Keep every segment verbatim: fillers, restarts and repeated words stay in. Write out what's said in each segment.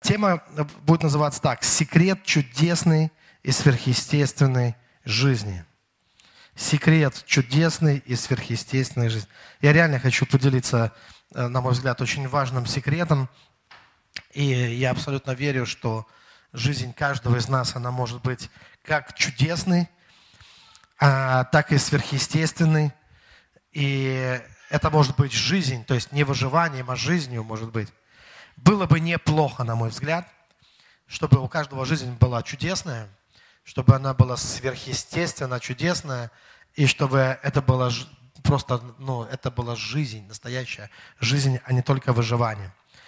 Тема будет называться так: «Секрет чудесной и сверхъестественной жизни». Секрет чудесной и сверхъестественной жизни. Я реально хочу поделиться, на мой взгляд, очень важным секретом. И я абсолютно верю, что жизнь каждого из нас, она может быть как чудесной, так и сверхъестественной. И это может быть жизнь, то есть не выживанием, а жизнью может быть. Было бы неплохо, на мой взгляд, чтобы у каждого жизнь была чудесная, чтобы она была сверхъестественно чудесная, и чтобы это была просто, ну, это была жизнь, настоящая жизнь, а не только выживание.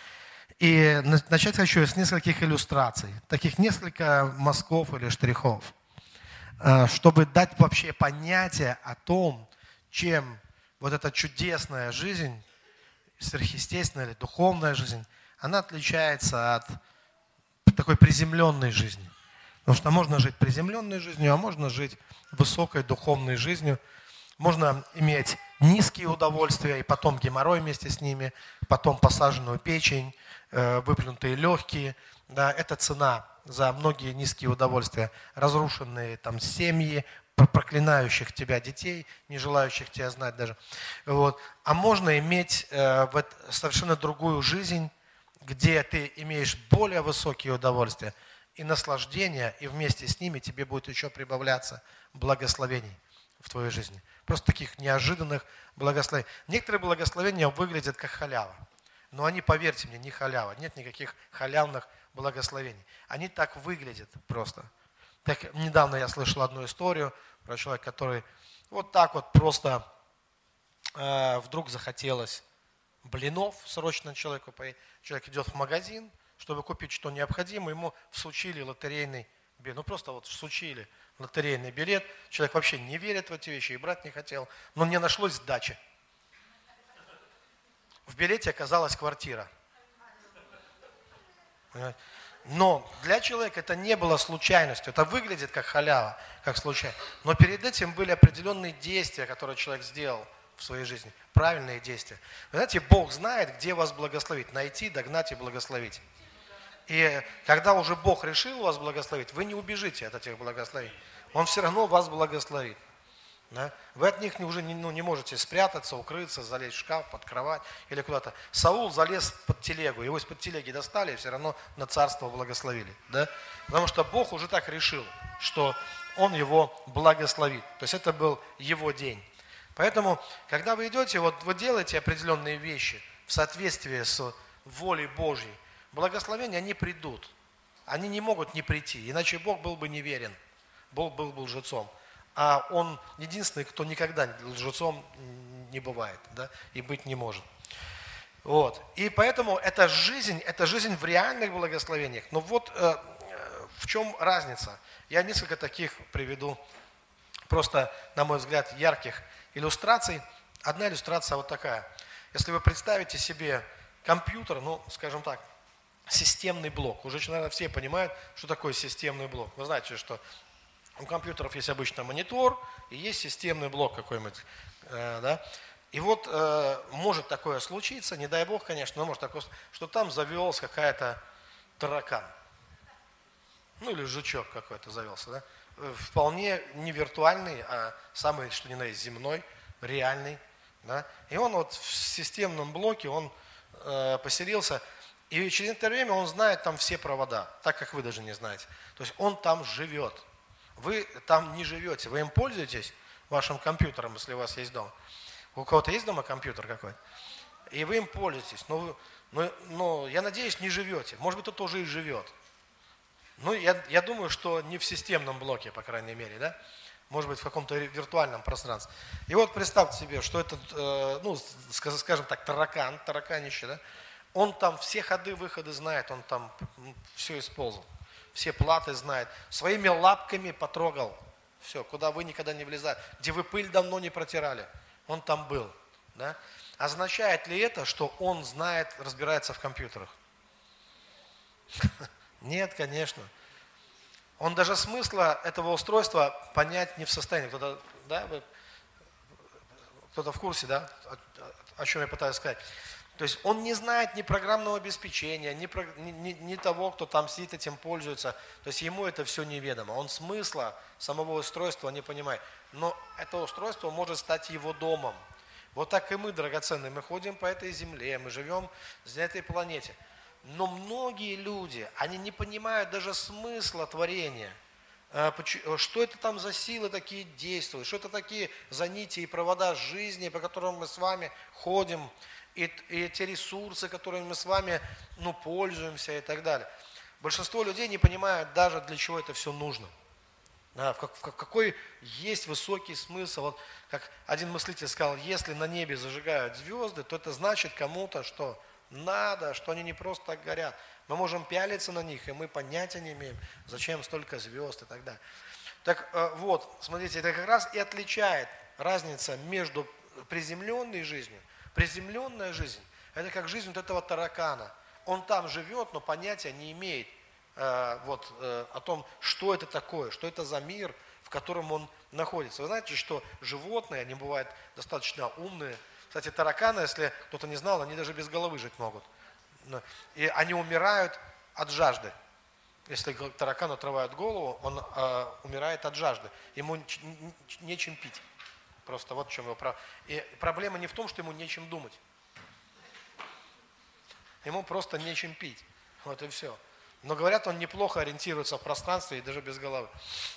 И начать хочу с нескольких иллюстраций, таких несколько мазков или штрихов, чтобы дать вообще понятие о том, чем вот эта чудесная жизнь, сверхъестественная или духовная жизнь, она отличается от такой приземленной жизни. Потому что можно жить приземленной жизнью, а можно жить высокой духовной жизнью. Можно иметь низкие удовольствия, и потом геморрой вместе с ними, потом посаженную печень, выплюнутые легкие. Да, это цена за многие низкие удовольствия. Разрушенные там семьи, проклинающих тебя детей, не желающих тебя знать даже. Вот. А можно иметь э, вот совершенно другую жизнь, где ты имеешь более высокие удовольствия и наслаждения, и вместе с ними тебе будет еще прибавляться благословений в твоей жизни. Просто таких неожиданных благословений. Некоторые благословения выглядят как халява, но они, поверьте мне, не халява. Нет никаких халявных благословений. Они так выглядят просто. Так, недавно я слышал одну историю про человека, который вот так вот просто э, вдруг захотелось блинов срочно человеку поесть. Человек идет в магазин, чтобы купить что необходимо, ему всучили лотерейный билет. Ну просто вот всучили лотерейный билет. Человек вообще не верит в эти вещи и брать не хотел. Но не нашлось сдачи. В билете оказалась квартира. Но для человека это не было случайностью. Это выглядит как халява, как случайность. Но перед этим были определенные действия, которые человек сделал в своей жизни. Правильные действия. Вы знаете, Бог знает, где вас благословить. Найти, догнать и благословить. И когда уже Бог решил вас благословить, вы не убежите от этих благословений. Он все равно вас благословит. Да? Вы от них уже не, ну, не можете спрятаться, укрыться, залезть в шкаф, под кровать или куда-то. Саул залез под телегу, его из-под телеги достали и все равно на царство благословили. Да? Потому что Бог уже так решил, что Он его благословит. То есть это был его день. Поэтому, когда вы идете, вот вы делаете определенные вещи в соответствии с волей Божьей, благословения, они придут. Они не могут не прийти, иначе Бог был бы неверен. Бог был бы лжецом. А Он единственный, кто никогда лжецом не бывает, да, и быть не может. Вот. И поэтому эта жизнь, это жизнь в реальных благословениях. Но вот э, в чем разница? Я несколько таких приведу, просто, на мой взгляд, ярких иллюстраций. Одна иллюстрация вот такая. Если вы представите себе компьютер, ну, скажем так, системный блок. Уже, наверное, все понимают, что такое системный блок. Вы знаете, что у компьютеров есть обычно монитор и есть системный блок какой-нибудь. Э, да? И вот э, может такое случиться, не дай бог, конечно, но может такое, что там завелся какая-то таракан. Ну или жучок какой-то завелся. Да? Вполне не виртуальный, а самый, что ни на есть, земной, реальный. Да? И он вот в системном блоке, он э, поселился, и через некоторое время он знает там все провода, так как вы даже не знаете. То есть он там живет. Вы там не живете, вы им пользуетесь, вашим компьютером, если у вас есть дом. У кого-то есть дома компьютер какой-то? И вы им пользуетесь, но, но, но я надеюсь, не живете. Может быть, кто-то уже и живет. Ну, я, я думаю, что не в системном блоке, по крайней мере, да? Может быть, в каком-то виртуальном пространстве. И вот представьте себе, что этот, э, ну, скажем так, таракан, тараканище, да? Он там все ходы, выходы знает, он там все использовал. Все платы знает, своими лапками потрогал. Все, куда вы никогда не влезали, где вы пыль давно не протирали, он там был. Да? Означает ли это, что он знает, разбирается в компьютерах? Нет, конечно. Он даже смысла этого устройства понять не в состоянии. Кто-то, да, кто-то в курсе, да, о, о чем я пытаюсь сказать. То есть он не знает ни программного обеспечения, ни, про, ни, ни, ни того, кто там сидит, этим пользуется. То есть ему это все неведомо. Он смысла самого устройства не понимает. Но это устройство может стать его домом. Вот так и мы, драгоценные, мы ходим по этой земле, мы живем на этой планете. Но многие люди, они не понимают даже смысла творения. Что это там за силы такие действуют, что это такие за нити и провода жизни, по которым мы с вами ходим, и, и те ресурсы, которыми мы с вами ну, пользуемся и так далее. Большинство людей не понимают даже, для чего это все нужно. Да, в, как, в какой есть высокий смысл. Вот как один мыслитель сказал, если на небе зажигают звезды, то это значит кому-то, что надо, что они не просто так горят. Мы можем пялиться на них, и мы понятия не имеем, зачем столько звезд и так далее. Так вот, смотрите, это как раз и отличает разница между приземленной жизнью. Приземленная жизнь – это как жизнь вот этого таракана. Он там живет, но понятия не имеет э, вот, э, о том, что это такое, что это за мир, в котором он находится. Вы знаете, что животные, они бывают достаточно умные. Кстати, тараканы, если кто-то не знал, они даже без головы жить могут. И они умирают от жажды. Если таракану отрывают голову, он э, умирает от жажды. Ему нечем пить. Просто вот в чем его проблема. И проблема не в том, что ему нечем думать. Ему просто нечем пить. Вот и все. Но говорят, он неплохо ориентируется в пространстве и даже без головы.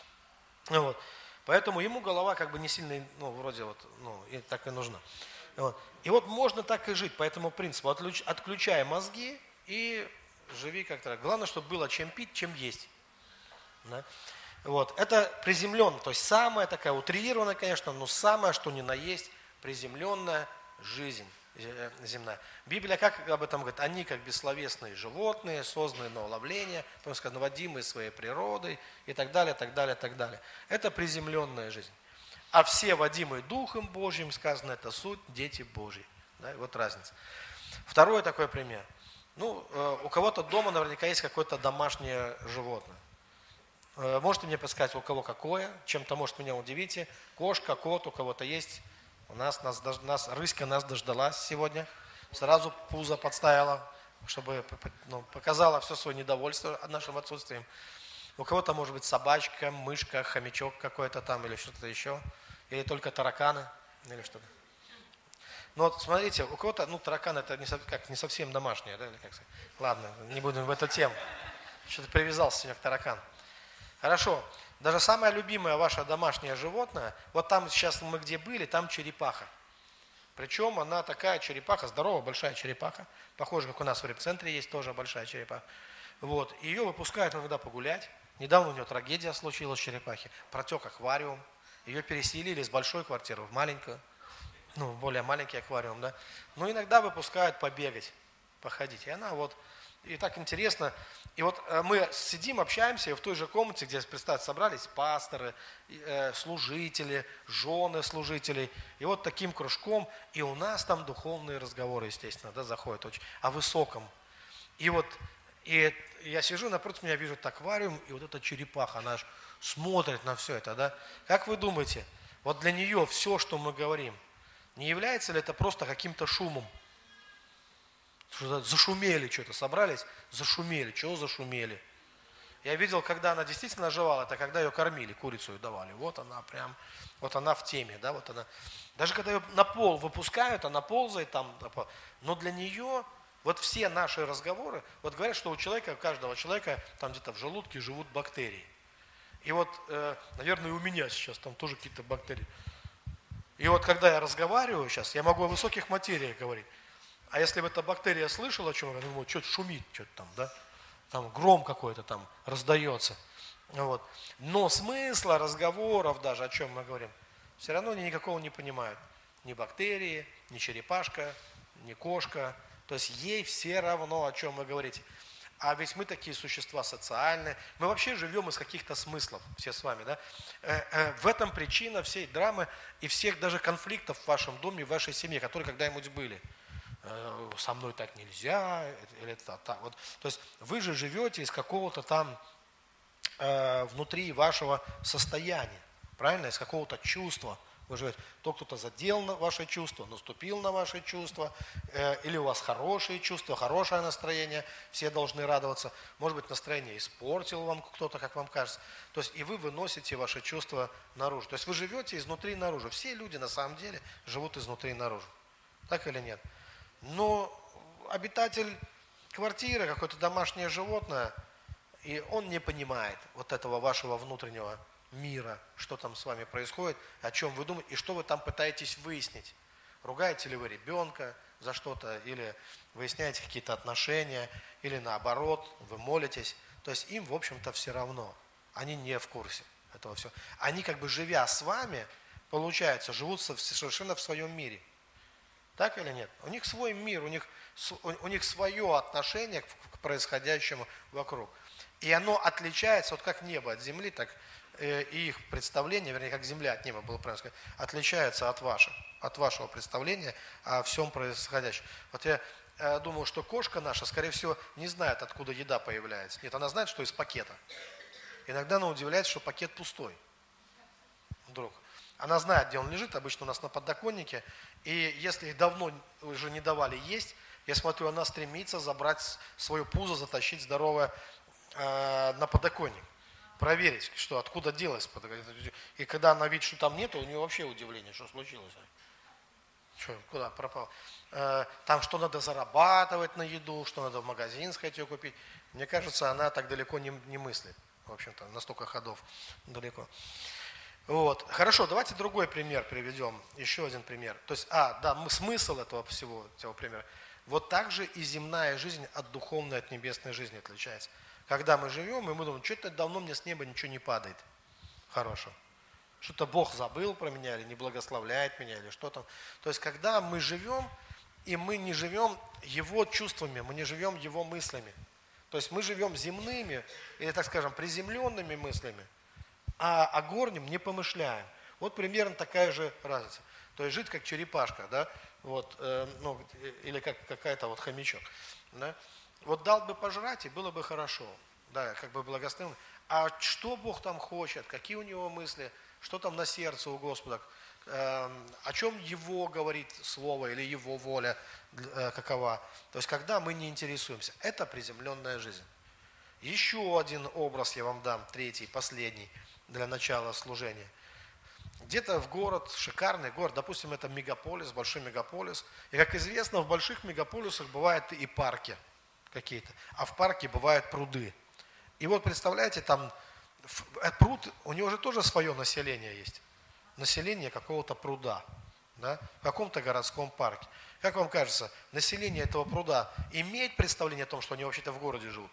Вот. Поэтому ему голова как бы не сильно, ну, вроде вот, ну, и так и нужна. Вот. И вот можно так и жить по этому принципу. Отключ, отключай мозги и живи как-то. Главное, чтобы было чем пить, чем есть. Да? Вот. Это приземленно, то есть самая такая утрированная, конечно, но самое, что ни на есть, приземленная жизнь земная. Библия как об этом говорит? Они как бессловесные животные, созданные на уловление, потому что наводимые своей природой и так далее, так далее, так далее. Это приземленная жизнь. А все водимые Духом Божьим, сказано, это суть дети Божьи. Да, вот разница. Второй такой пример. Ну, у кого-то дома наверняка есть какое-то домашнее животное. Можете мне подсказать, у кого какое? Чем-то, может, меня удивите. Кошка, кот, у кого-то есть. У нас, нас, нас рыська нас дождалась сегодня. Сразу пузо подставила, чтобы ну, показала все свое недовольство нашим отсутствием. У кого-то может быть собачка, мышка, хомячок какой-то там или что-то еще. Или только тараканы, или что-то. Ну вот смотрите, у кого-то, ну таракан это не, как, не совсем домашнее, да, или как сказать. Ладно, не будем в эту тему. Что-то привязался сегодня к таракану. Хорошо. Даже самое любимое ваше домашнее животное, вот там сейчас мы где были, там черепаха. Причем она такая черепаха, здоровая, большая черепаха. Похоже, как у нас в репцентре есть тоже большая черепаха. Вот. Ее выпускают иногда погулять. Недавно у нее трагедия случилась в черепахе. Протек аквариум. Ее переселили из большой квартиры в маленькую. Ну, более маленький аквариум, да. Но иногда выпускают побегать, походить. И она вот... И так интересно. И вот мы сидим, общаемся, и в той же комнате, где, представьте, собрались пасторы, служители, жены служителей. И вот таким кружком, и у нас там духовные разговоры, естественно, да, заходят очень, о высоком. И вот и я сижу, напротив меня вижу аквариум, и вот эта черепаха, она аж смотрит на все это, да. Как вы думаете, вот для нее все, что мы говорим, не является ли это просто каким-то шумом? Что-то зашумели, что-то собрались, зашумели, чего зашумели? Я видел, когда она действительно оживала, это когда ее кормили, курицу ее давали. Вот она прям, вот она в теме, да, вот она. Даже когда ее на пол выпускают, она ползает там, но для нее вот все наши разговоры, вот говорят, что у человека, у каждого человека там где-то в желудке живут бактерии. И вот, э, наверное, и у меня сейчас там тоже какие-то бактерии. И вот когда я разговариваю сейчас, я могу о высоких материях говорить. А если бы эта бактерия слышала, о чем я думаю, что-то шумит, что-то там, да? Там гром какой-то там раздается. Вот. Но смысла разговоров даже, о чем мы говорим, все равно они никакого не понимают. Ни бактерии, ни черепашка, ни кошка. То есть ей все равно, о чем вы говорите. А ведь мы такие существа социальные. Мы вообще живем из каких-то смыслов, все с вами, да? В этом причина всей драмы и всех даже конфликтов в вашем доме, в вашей семье, которые когда-нибудь были. Со мной так нельзя, или это так. Вот. То есть вы же живете из какого-то там э, внутри вашего состояния, правильно, из какого-то чувства Вы живете. То кто-то задел на ваши чувства, наступил на ваши чувства, э, или у вас хорошие чувства, хорошее настроение, все должны радоваться. Может быть, настроение испортил вам кто-то, как вам кажется. То есть и вы выносите ваши чувства наружу. То есть вы живете изнутри наружу. Все люди на самом деле живут изнутри наружу. Так или нет? Но обитатель квартиры, какое-то домашнее животное, и он не понимает вот этого вашего внутреннего мира, что там с вами происходит, о чем вы думаете, и что вы там пытаетесь выяснить. Ругаете ли вы ребенка за что-то, или выясняете какие-то отношения, или наоборот, вы молитесь. То есть им, в общем-то, все равно. Они не в курсе этого всего. Они, как бы живя с вами, получается, живут совершенно в своем мире. Так или нет? У них свой мир, у них, у них свое отношение к происходящему вокруг. И оно отличается, вот как небо от земли, так и их представление, вернее, как земля от неба, было правильно сказать, отличается от вашего, от вашего представления о всем происходящем. Вот я э, думаю, что кошка наша, скорее всего, не знает, откуда еда появляется. Нет, она знает, что из пакета. Иногда она удивляется, что пакет пустой. Вдруг. Она знает, где он лежит, обычно у нас на подоконнике. И если давно уже не давали есть, я смотрю, она стремится забрать свое пузо, затащить здоровое э, на подоконник. Проверить, что откуда делось. И когда она видит, что там нету, у нее вообще удивление, что случилось. Что, куда пропал? Э, там что надо зарабатывать на еду, что надо в магазин сходить ее купить. Мне кажется, она так далеко не, не мыслит. В общем-то, на столько ходов далеко. Вот. Хорошо, давайте другой пример приведем. Еще один пример. То есть, а, да, смысл этого всего, этого примера. Вот так же и земная жизнь от духовной, от небесной жизни отличается. Когда мы живем, и мы думаем, что-то давно мне с неба ничего не падает. Хорошо. Что-то Бог забыл про меня, или не благословляет меня, или что там. То есть, когда мы живем, и мы не живем Его чувствами, мы не живем Его мыслями. То есть, мы живем земными, или, так скажем, приземленными мыслями, а о горнем не помышляем. Вот примерно такая же разница. То есть, жить как черепашка, да, вот, э, ну, или как какая-то вот хомячок, да. Вот дал бы пожрать, и было бы хорошо, да, как бы благословен. А что Бог там хочет, какие у Него мысли, что там на сердце у Господа, э, о чем Его говорит Слово или Его воля э, какова. То есть, когда мы не интересуемся, это приземленная жизнь. Еще один образ я вам дам, третий, последний, для начала служения. Где-то в город, шикарный город, допустим, это мегаполис, большой мегаполис. И, как известно, в больших мегаполисах бывают и парки какие-то, а в парке бывают пруды. И вот представляете, там пруд, у него же тоже свое население есть. Население какого-то пруда, да, в каком-то городском парке. Как вам кажется, население этого пруда имеет представление о том, что они вообще-то в городе живут?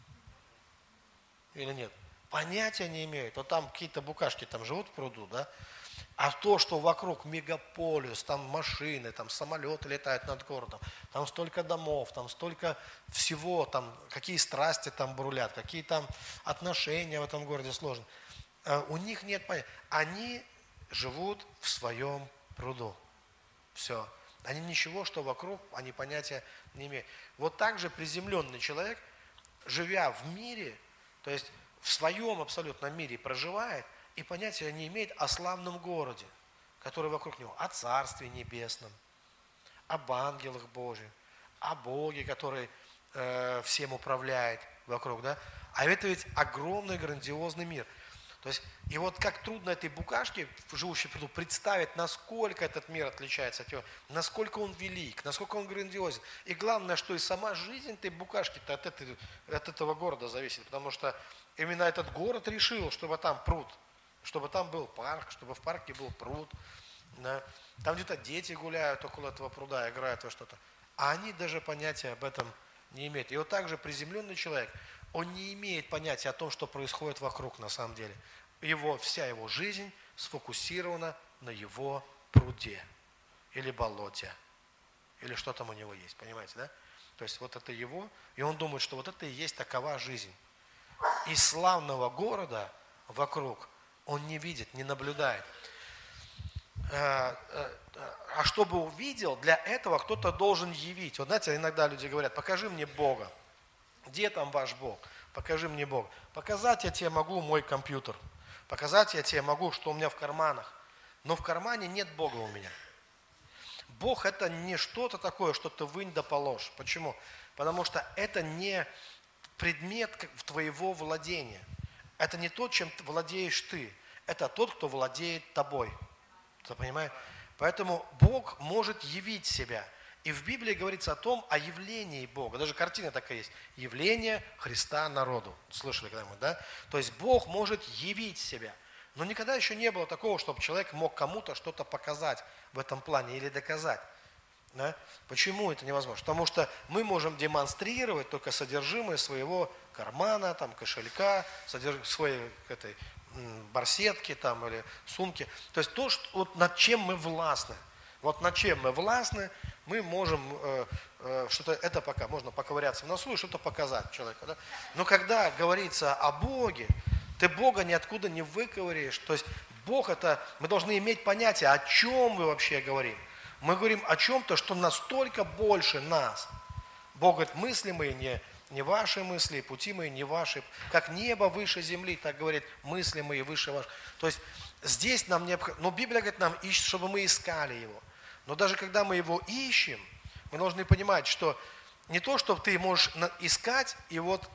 Или нет? Понятия не имеют. Вот там какие-то букашки там живут в пруду, да? А то, что вокруг мегаполис, там машины, там самолеты летают над городом, там столько домов, там столько всего, там какие страсти там брулят, какие там отношения в этом городе сложны. У них нет понятия. Они живут в своем пруду. Все. Они ничего, что вокруг, они понятия не имеют. Вот так же приземленный человек, живя в мире, то есть в своем абсолютном мире проживает, и понятия не имеет о славном городе, который вокруг него, о Царстве Небесном, об ангелах Божьих, о Боге, который э, всем управляет вокруг, да? А это ведь огромный, грандиозный мир. То есть, и вот как трудно этой букашке, живущей в пруду, представить, насколько этот мир отличается от него, насколько он велик, насколько он грандиозен. И главное, что и сама жизнь этой букашки-то от, этой, от этого города зависит, потому что именно этот город решил, чтобы там пруд, чтобы там был парк, чтобы в парке был пруд. Да. Там где-то дети гуляют около этого пруда, играют во что-то. А они даже понятия об этом не имеют. И вот так же приземленный человек, он не имеет понятия о том, что происходит вокруг на самом деле. Его, вся его жизнь сфокусирована на его пруде или болоте, или что там у него есть, понимаете, да? То есть вот это его, и он думает, что вот это и есть такова жизнь. И славного города вокруг он не видит, не наблюдает. А чтобы увидел, для этого кто-то должен явить. Вот знаете, иногда люди говорят, покажи мне Бога. Где там ваш Бог? Покажи мне Бога. Показать я тебе могу мой компьютер. Показать я тебе могу, что у меня в карманах. но в кармане нет Бога у меня. Бог это не что-то такое, что ты вынь да положь. Почему? Потому что это не предмет твоего владения. Это не то, чем владеешь ты. Это тот, кто владеет тобой. Ты понимаешь? Поэтому Бог может явить себя. И в Библии говорится о том, о явлении Бога. Даже картина такая есть. Явление Христа народу. Слышали когда-нибудь, да? То есть Бог может явить себя. Но никогда еще не было такого, чтобы человек мог кому-то что-то показать в этом плане или доказать. Да? Почему это невозможно? Потому что мы можем демонстрировать только содержимое своего кармана, там, кошелька, содерж... своей этой, м, барсетки там, или сумки. То есть то, что, вот, над чем мы властны. Вот над чем мы властны, мы можем э, э, что-то, это пока, можно поковыряться в носу и что-то показать человеку. Да? Но когда говорится о Боге, ты Бога ниоткуда не выковыряешь. То есть Бог это, мы должны иметь понятие, о чем мы вообще говорим. Мы говорим о чем-то, что настолько больше нас. Бог говорит, мысли мои не, не ваши мысли, пути мои не ваши. Как небо выше земли, так говорит, мысли мои выше ваших. То есть здесь нам необходимо, но Библия говорит нам, чтобы мы искали Его. Но даже когда мы Его ищем, мы должны понимать, что не то, что ты можешь искать, и вот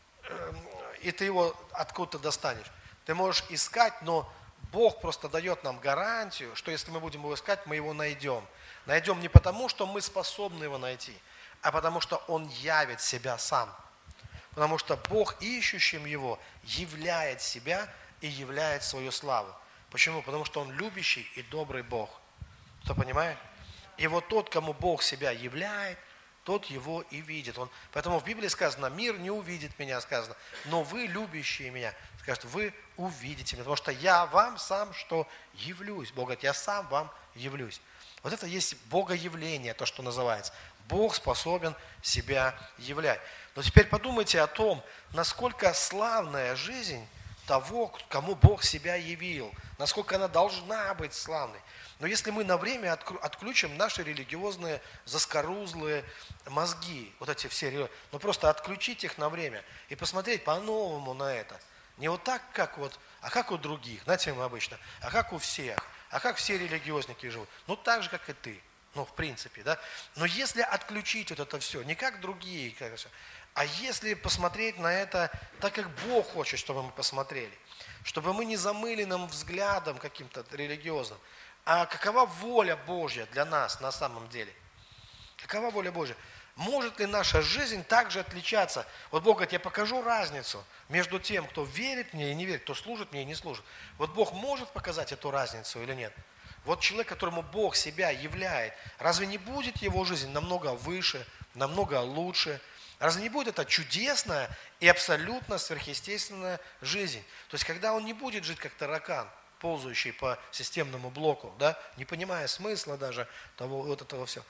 и ты его откуда-то достанешь. Ты можешь искать, но Бог просто дает нам гарантию, что если мы будем его искать, мы его найдем. Найдем не потому, что мы способны его найти, а потому что Он явит себя сам. Потому что Бог, ищущим Его, являет себя и являет свою славу. Почему? Потому что Он любящий и добрый Бог. Кто понимает? И вот тот, кому Бог себя являет, тот его и видит. Он, поэтому в Библии сказано, мир не увидит меня, сказано, но вы, любящие меня, скажет, вы увидите меня, потому что я вам сам что явлюсь. Бог говорит, я сам вам явлюсь. Вот это есть богоявление, то, что называется. Бог способен себя являть. Но теперь подумайте о том, насколько славная жизнь того, кому Бог себя явил, насколько она должна быть славной. Но если мы на время отключим наши религиозные, заскорузлые мозги, вот эти все, ну просто отключить их на время и посмотреть по-новому на это. Не вот так, как вот, а как у других, знаете, мы обычно, а как у всех, а как все религиозники живут. Ну так же, как и ты, ну в принципе, да. Но если отключить вот это все, не как другие, как все, а если посмотреть на это так, как Бог хочет, чтобы мы посмотрели, чтобы мы не замыленным взглядом каким-то религиозным, а какова воля Божья для нас на самом деле? Какова воля Божья? Может ли наша жизнь также отличаться? Вот Бог говорит, я покажу разницу между тем, кто верит мне и не верит, кто служит мне и не служит. Вот Бог может показать эту разницу или нет? Вот человек, которому Бог себя являет, разве не будет его жизнь намного выше, намного лучше? Разве не будет это чудесная и абсолютно сверхъестественная жизнь? То есть, когда он не будет жить как таракан, ползающий по системному блоку, да, не понимая смысла даже того, вот этого всего.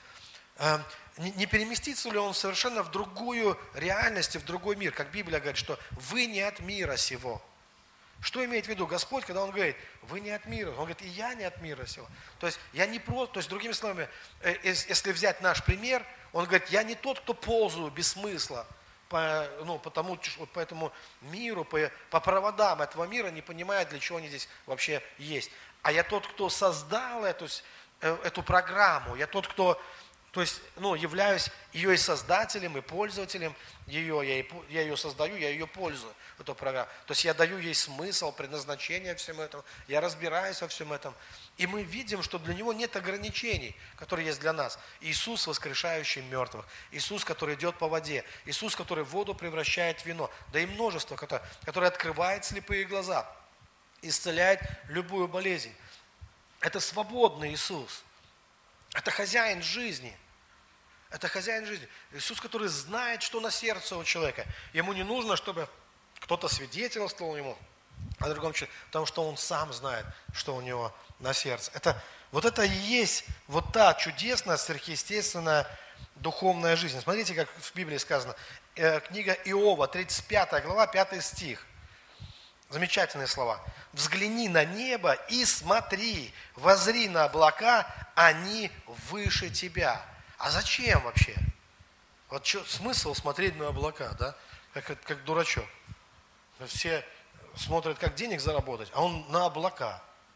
Не переместится ли он совершенно в другую реальность и в другой мир? Как Библия говорит, что вы не от мира сего. Что имеет в виду Господь, когда Он говорит, вы не от мира? Он говорит, и я не от мира сего. То есть, я не просто, то есть, другими словами, если взять наш пример, Он говорит, я не тот, кто ползаю без смысла, по, ну, по, тому, по этому миру, по, по проводам этого мира, не понимая, для чего они здесь вообще есть. А я тот, кто создал эту, эту программу, я тот, кто, то есть, ну, являюсь ее и создателем, и пользователем ее, я, я ее создаю, я ее пользую, эту программу. То есть я даю ей смысл, предназначение всем этому, я разбираюсь во всем этом. И мы видим, что для него нет ограничений, которые есть для нас. Иисус, воскрешающий мертвых, Иисус, который идет по воде, Иисус, который воду превращает в вино, да и множество, которое, которое открывает слепые глаза, исцеляет любую болезнь. Это свободный Иисус, это хозяин жизни. Это хозяин жизни. Иисус, который знает, что на сердце у человека. Ему не нужно, чтобы кто-то свидетельствовал ему о другом человеке, потому что он сам знает, что у него на сердце. Это, вот это и есть вот та чудесная, сверхъестественная духовная жизнь. Смотрите, как в Библии сказано. Э, книга Иова, тридцать пятая глава, пятый стих. Замечательные слова. «Взгляни на небо и смотри, воззри на облака, они выше тебя». А зачем вообще? Вот что, смысл смотреть на облака, да? Как, как дурачок. Все смотрят, как денег заработать, а он на облака.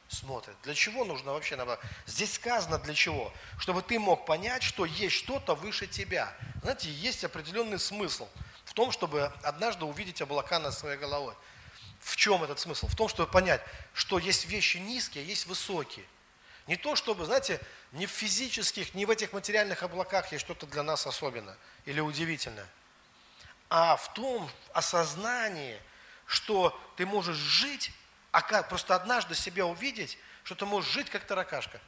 смотрит. Для чего нужно вообще наблюдать? Здесь сказано для чего? Чтобы ты мог понять, что есть что-то выше тебя. Знаете, есть определенный смысл в том, чтобы однажды увидеть облака над своей головой. В чем этот смысл? В том, чтобы понять, что есть вещи низкие, а есть высокие. Не то, чтобы, знаете, не в физических, не в этих материальных облаках есть что-то для нас особенное или удивительное, а в том осознании, что ты можешь жить, а как, просто однажды себя увидеть, что ты можешь жить как таракашка.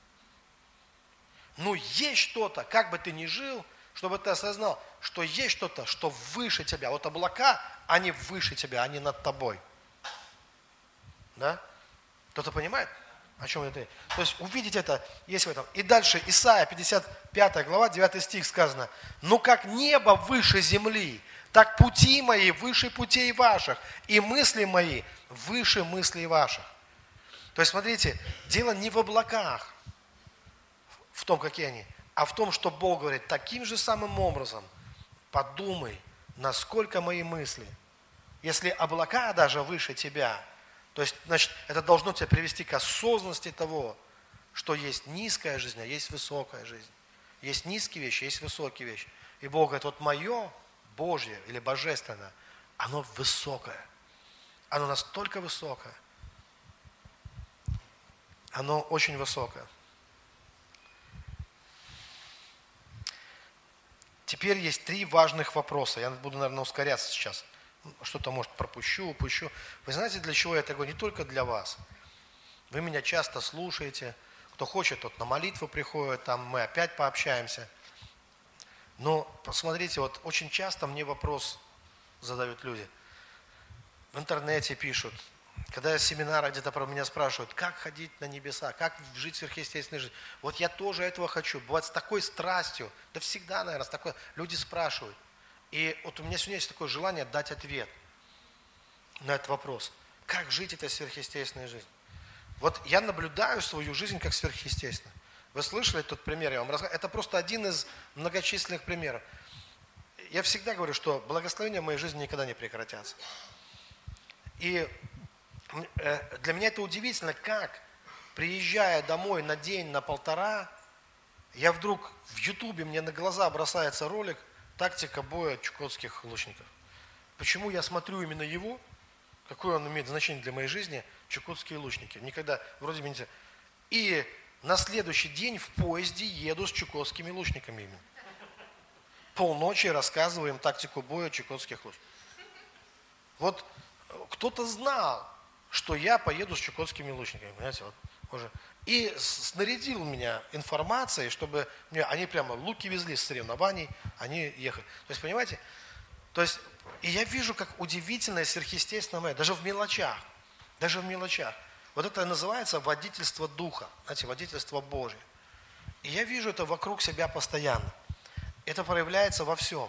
Ну, есть что-то, как бы ты ни жил, чтобы ты осознал, что есть что-то, что выше тебя. Вот облака, они выше тебя, они над тобой. Да? Кто-то понимает, о чем это? То есть увидеть это есть в этом. И дальше Исайя, пятьдесят пятая глава, девятый стих сказано. «Ну, как небо выше земли, так пути мои выше путей ваших, и мысли мои выше мыслей ваших». То есть, смотрите, дело не в облаках, в том, какие они, а в том, что Бог говорит, таким же самым образом подумай, насколько мои мысли. Если облака даже выше тебя, то есть, значит, это должно тебя привести к осознанности того, что есть низкая жизнь, а есть высокая жизнь. Есть низкие вещи, есть высокие вещи. И Бог говорит, вот мое Божье или божественное, оно высокое. Оно настолько высокое. Оно очень высокое. Теперь есть три важных вопроса. Я буду, наверное, ускоряться сейчас. Что-то, может, пропущу, упущу. Вы знаете, для чего я это говорю? Не только для вас. Вы меня часто слушаете. Кто хочет, тот на молитву приходит, там мы опять пообщаемся. Но посмотрите, вот очень часто мне вопрос задают люди. В интернете пишут, когда я семинары где-то про меня спрашивают, как ходить на небеса, как жить сверхъестественной жизнью. Вот я тоже этого хочу. Бывает с такой страстью, да всегда, наверное, с такой, люди спрашивают. И вот у меня сегодня есть такое желание дать ответ на этот вопрос. Как жить этой сверхъестественной жизнью? Вот я наблюдаю свою жизнь как сверхъестественную. Вы слышали тот пример, я вам рассказываю. Это просто один из многочисленных примеров. Я всегда говорю, что благословения в моей жизни никогда не прекратятся. И для меня это удивительно, как, приезжая домой на день, на полтора, я вдруг в Ютубе, мне на глаза бросается ролик «Тактика боя чукотских лучников». Почему я смотрю именно его? Какое он имеет значение для моей жизни? Чукотские лучники. Никогда, вроде бы не... И на следующий день в поезде еду с чукотскими лучниками именно. Полночи рассказываем тактику боя чукотских лучников. Вот кто-то знал, что я поеду с чукотскими лучниками, понимаете, вот уже. И снарядил меня информацией, чтобы мне, они прямо луки везли с соревнований, они ехали. То есть, понимаете, то есть, и я вижу, как удивительное, сверхъестественное мое, даже в мелочах, даже в мелочах. Вот это называется водительство духа, знаете, водительство Божие. И я вижу это вокруг себя постоянно. Это проявляется во всем.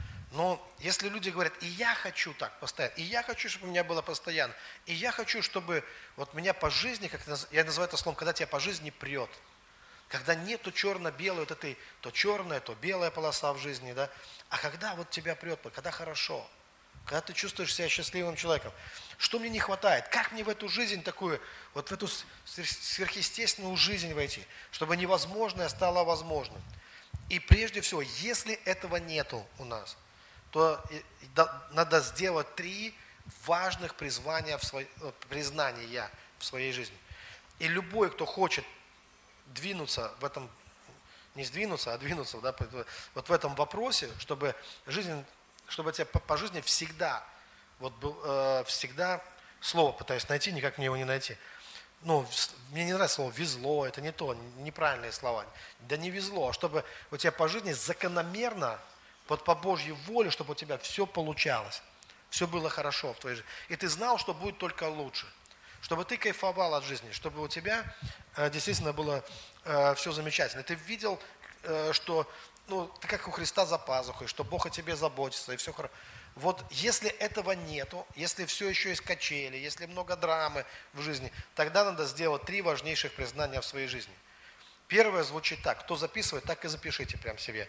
Но если люди говорят, и я хочу так постоянно, и я хочу, чтобы у меня было постоянно, и я хочу, чтобы вот меня по жизни, как я называю это словом, когда тебя по жизни прет, когда нету черно-белой вот этой, то черная, то белая полоса в жизни, да, а когда вот тебя прет, когда хорошо, когда ты чувствуешь себя счастливым человеком, что мне не хватает, как мне в эту жизнь такую, вот в эту сверхъестественную жизнь войти, чтобы невозможное стало возможным. И прежде всего, если этого нету у нас, то надо сделать три важных призвания в своей, признания в своей жизни. И любой, кто хочет двинуться в этом, не сдвинуться, а двинуться, да, вот в этом вопросе, чтобы жизнь, чтобы тебе по, по жизни всегда, вот э, всегда, слово пытаюсь найти, никак мне его не найти. Ну, мне не нравится слово «везло», это не то, неправильные слова. Да не везло, а чтобы у тебя по жизни закономерно, вот по Божьей воле, чтобы у тебя все получалось, все было хорошо в твоей жизни. И ты знал, что будет только лучше. Чтобы ты кайфовал от жизни, чтобы у тебя э, действительно было э, все замечательно. Ты видел, э, что ну, ты как у Христа за пазухой, что Бог о тебе заботится, и все хорошо. Вот если этого нету, если все еще есть качели, если много драмы в жизни, тогда надо сделать три важнейших признания в своей жизни. Первое звучит так. Кто записывает, так и запишите прям себе.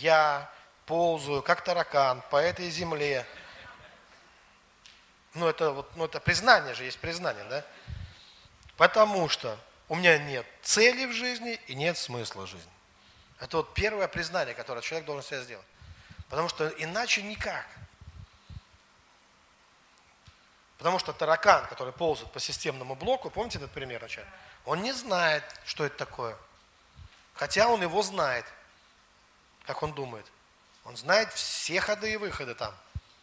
Я ползаю, как таракан, по этой земле. Ну это, вот, ну, это признание же, есть признание, да? Потому что у меня нет цели в жизни и нет смысла жизни. Это вот первое признание, которое человек должен себе сделать. Потому что иначе никак. Потому что таракан, который ползает по системному блоку, помните этот пример вначале? Он не знает, что это такое. Хотя он его знает, как он думает. Он знает все ходы и выходы там.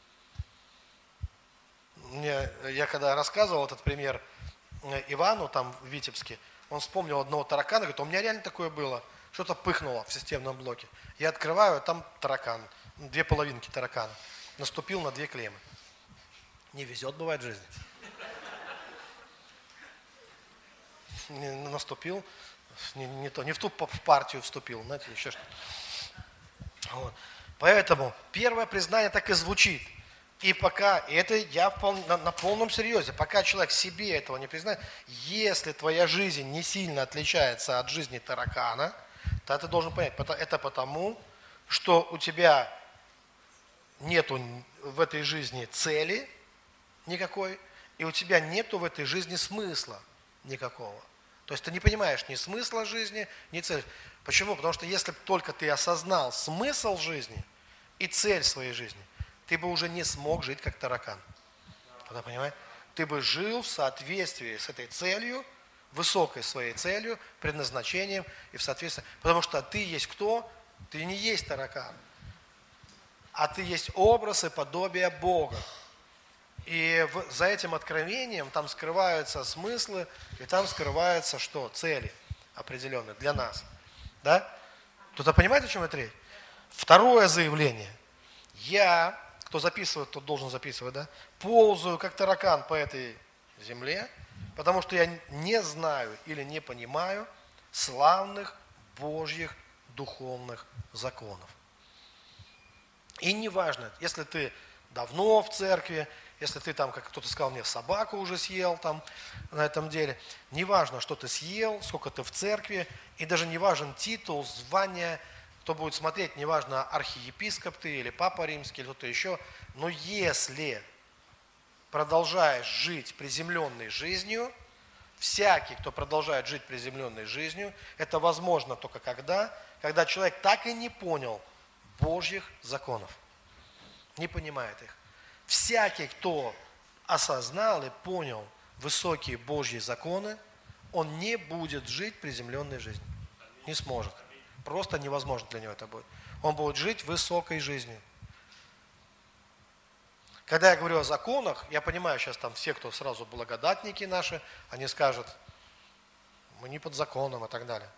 Мне, я когда рассказывал этот пример Ивану там в Витебске, он вспомнил одного таракана, говорит, у меня реально такое было. Что-то пыхнуло в системном блоке. Я открываю, там таракан, две половинки таракана. Наступил на две клеммы. Не везет, бывает, в жизни. Не, наступил, не, не, то, не в ту в партию вступил, знаете, еще что-то. Вот. Поэтому первое признание так и звучит. И пока, и это я вполне, на, на полном серьезе, пока человек себе этого не признает, если твоя жизнь не сильно отличается от жизни таракана, то ты должен понять, это потому, что у тебя нету в этой жизни цели никакой, и у тебя нету в этой жизни смысла никакого. То есть ты не понимаешь ни смысла жизни, ни цели. Почему? Потому что если бы только ты осознал смысл жизни и цель своей жизни, ты бы уже не смог жить как таракан. Тогда, понимаете? Ты бы жил в соответствии с этой целью, высокой своей целью, предназначением и в соответствии. Потому что ты есть кто? Ты не есть таракан. А ты есть образ и подобие Бога. И в, за этим откровением там скрываются смыслы, и там скрываются что? Цели определенные для нас. Да? Кто-то понимает, о чем это речь? Второе заявление. Я, кто записывает, тот должен записывать, да? Ползаю, как таракан по этой земле, потому что я не знаю или не понимаю славных Божьих духовных законов. И неважно, если ты давно в церкви, если ты там, как кто-то сказал мне, собаку уже съел там на этом деле, неважно, что ты съел, сколько ты в церкви, и даже не важен титул, звание, кто будет смотреть, неважно, архиепископ ты или папа римский, или кто-то еще, но если продолжаешь жить приземленной жизнью, всякий, кто продолжает жить приземленной жизнью, это возможно только когда, когда человек так и не понял Божьих законов, не понимает их. Всякий, кто осознал и понял высокие Божьи законы, он не будет жить приземленной жизнью. Не сможет. Просто невозможно для него это будет. Он будет жить высокой жизнью. Когда я говорю о законах, я понимаю, сейчас там все, кто сразу благодатники наши, они скажут, мы не под законом и так далее.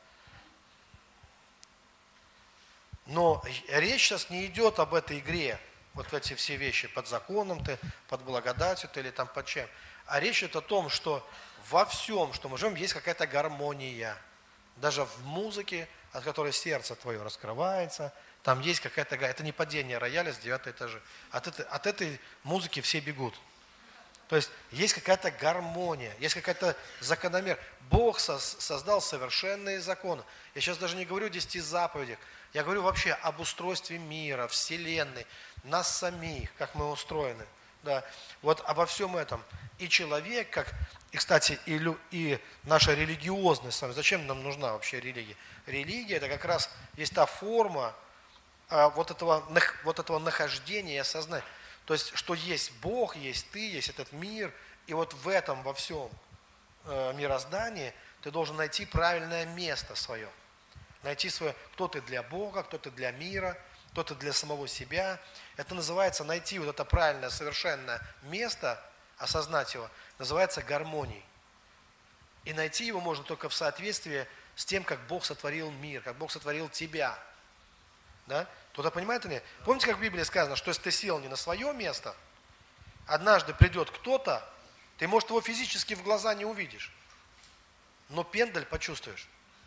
Но речь сейчас не идет об этой игре. Вот эти все вещи под законом ты, под благодатью ты или там под чем. А речь идет о том, что во всем, что мы живем, есть какая-то гармония. Даже в музыке, от которой сердце твое раскрывается, там есть какая-то... Это не падение рояля с девятого этажа. От этой, от этой музыки все бегут. То есть есть какая-то гармония, есть какая-то закономерность. Бог создал совершенные законы. Я сейчас даже не говорю о десяти заповедях. Я говорю вообще об устройстве мира, вселенной, нас самих, как мы устроены. Да. Вот обо всем этом. И человек, как, и, кстати, и, лю, и наша религиозность с вами. Зачем нам нужна вообще религия? Религия – это как раз есть та форма а, вот, этого, вот этого нахождения и осознания. То есть, что есть Бог, есть ты, есть этот мир. И вот в этом, во всем э, мироздании ты должен найти правильное место свое. Найти свое, кто ты для Бога, кто ты для мира, кто ты для самого себя. Это называется найти вот это правильное, совершенное место, осознать его, называется гармонией. И найти его можно только в соответствии с тем, как Бог сотворил мир, как Бог сотворил тебя. Да? Кто-то понимает или нет? Помните, как в Библии сказано, что если ты сел не на свое место, однажды придет кто-то, ты, может, его физически в глаза не увидишь, но пендаль почувствуешь.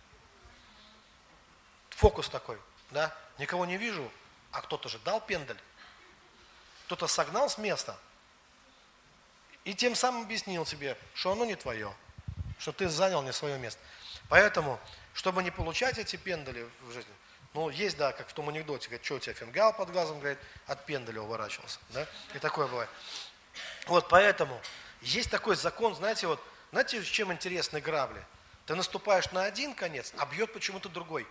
Фокус такой, да? Никого не вижу, а кто-то же дал пендаль. Кто-то согнал с места и тем самым объяснил тебе, что оно не твое, что ты занял не свое место. Поэтому, чтобы не получать эти пендали в жизни, ну, есть, да, как в том анекдоте, говорит, что у тебя фингал под глазом, говорит, от пендаля уворачивался, да? И такое бывает. Вот поэтому есть такой закон, знаете, вот Знаете, с чем интересны грабли? Ты наступаешь на один конец, а бьет почему-то другой.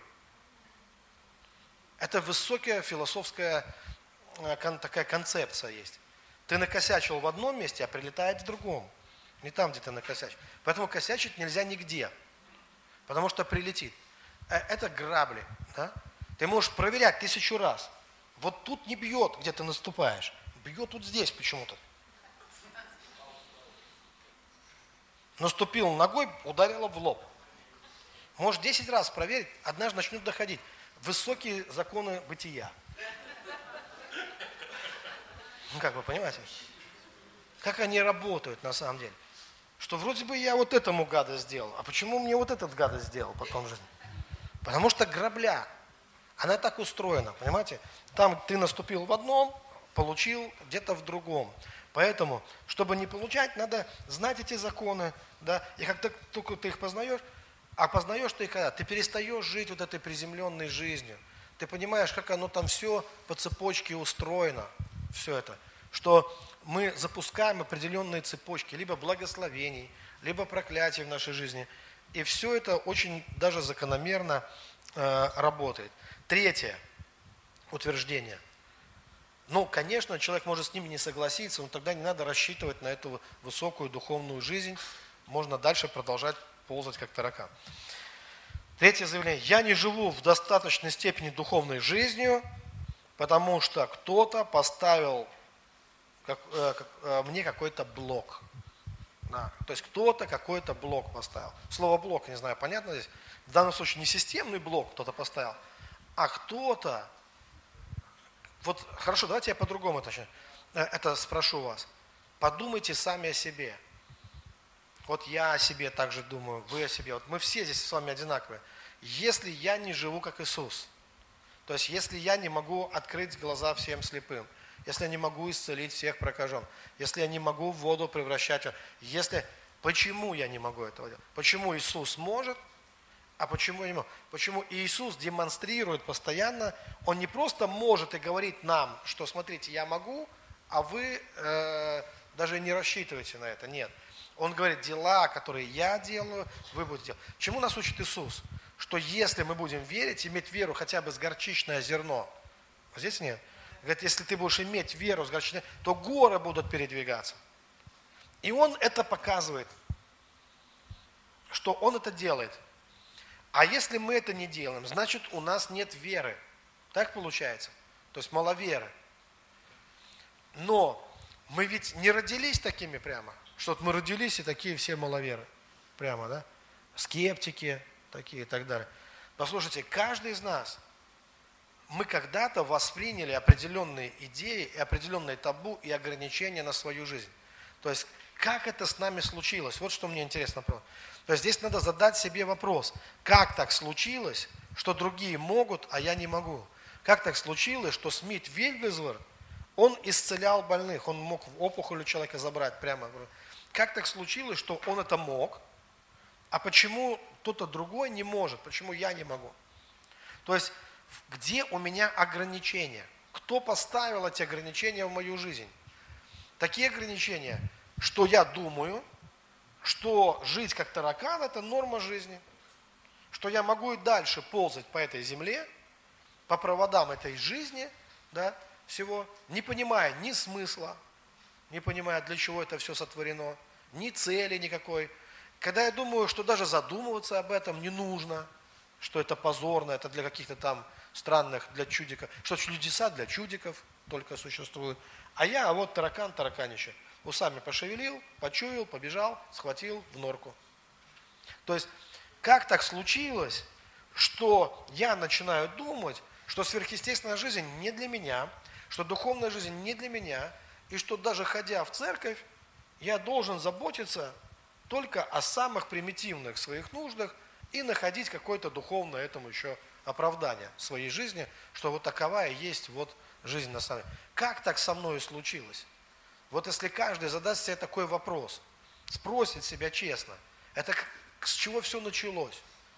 Это высокая философская такая концепция есть. Ты накосячил в одном месте, а прилетает в другом. Не там, где ты накосячил. Поэтому косячить нельзя нигде. Потому что прилетит. Это грабли. Да? Ты можешь проверять тысячу раз. Вот тут не бьет, где ты наступаешь. Бьет вот здесь почему-то. Наступил ногой, ударило в лоб. Можешь десять раз проверить, однажды начнут доходить. Высокие законы бытия. Ну, как вы понимаете? Как они работают на самом деле? Что вроде бы я вот этому гадость сделал, а почему мне вот этот гадость сделал потом в жизни? Потому что грабля, она так устроена, понимаете? Там ты наступил в одном, получил где-то в другом. Поэтому, чтобы не получать, надо знать эти законы, да, и как только ты их познаешь, а познаешь ты их когда? Ты перестаешь жить вот этой приземленной жизнью. Ты понимаешь, как оно там все по цепочке устроено, все это. Что мы запускаем определенные цепочки, либо благословений, либо проклятий в нашей жизни. И все это очень даже закономерно э, работает. Третье утверждение. Ну, конечно, человек может с ними не согласиться, но тогда не надо рассчитывать на эту высокую духовную жизнь. Можно дальше продолжать ползать как таракан. Третье заявление. Я не живу в достаточной степени духовной жизнью, потому что кто-то поставил как, э, как, э, мне какой-то блок. Да. То есть кто-то какой-то блок поставил. Слово блок, не знаю, понятно здесь? В данном случае не системный блок кто-то поставил, а кто-то... Вот хорошо, давайте я по-другому это, это спрошу вас. Подумайте сами о себе. Вот я о себе также думаю, вы о себе. Вот мы все здесь с вами одинаковые. Если я не живу как Иисус, то есть если я не могу открыть глаза всем слепым, если я не могу исцелить всех прокажен, если я не могу воду превращать, если... Почему я не могу этого делать? Почему Иисус может, а почему я не могу? Почему Иисус демонстрирует постоянно, Он не просто может и говорит нам, что смотрите, я могу, а вы э, даже не рассчитываете на это. Нет. Он говорит, дела, которые я делаю, вы будете делать. Чему нас учит Иисус? Что если мы будем верить, иметь веру хотя бы с горчичное зерно, здесь нет. Говорит, если ты будешь иметь веру с горчичное, то горы будут передвигаться. И Он это показывает, что Он это делает. А если мы это не делаем, значит у нас нет веры. Так получается? То есть мало веры. Но мы ведь не родились такими прямо. Что мы родились и такие все маловеры. Прямо, да? Скептики такие и так далее. Послушайте, каждый из нас, мы когда-то восприняли определенные идеи и определенные табу и ограничения на свою жизнь. То есть, как это с нами случилось? Вот что мне интересно. То есть, здесь надо задать себе вопрос. Как так случилось, что другие могут, а я не могу? Как так случилось, что Смит Вигглсворт, он исцелял больных, он мог опухоль у человека забрать прямо. Как так случилось, что он это мог, а почему кто-то другой не может, почему я не могу? То есть, где у меня ограничения? Кто поставил эти ограничения в мою жизнь? Такие ограничения, что я думаю, что жить как таракан – это норма жизни, что я могу и дальше ползать по этой земле, по проводам этой жизни, да, всего, не понимая ни смысла, не понимая, для чего это все сотворено, ни цели никакой. Когда я думаю, что даже задумываться об этом не нужно, что это позорно, это для каких-то там странных, для чудиков, что чудеса для чудиков только существуют. А я, а вот таракан, тараканище. Усами пошевелил, почуял, побежал, схватил в норку. То есть, как так случилось, что я начинаю думать, что сверхъестественная жизнь не для меня, что духовная жизнь не для меня, и что даже ходя в церковь, я должен заботиться только о самых примитивных своих нуждах и находить какое-то духовное этому еще оправдание в своей жизни, что вот таковая есть вот жизнь на самом деле. Как так со мной случилось? Вот если каждый задаст себе такой вопрос, спросит себя честно, это с чего все началось?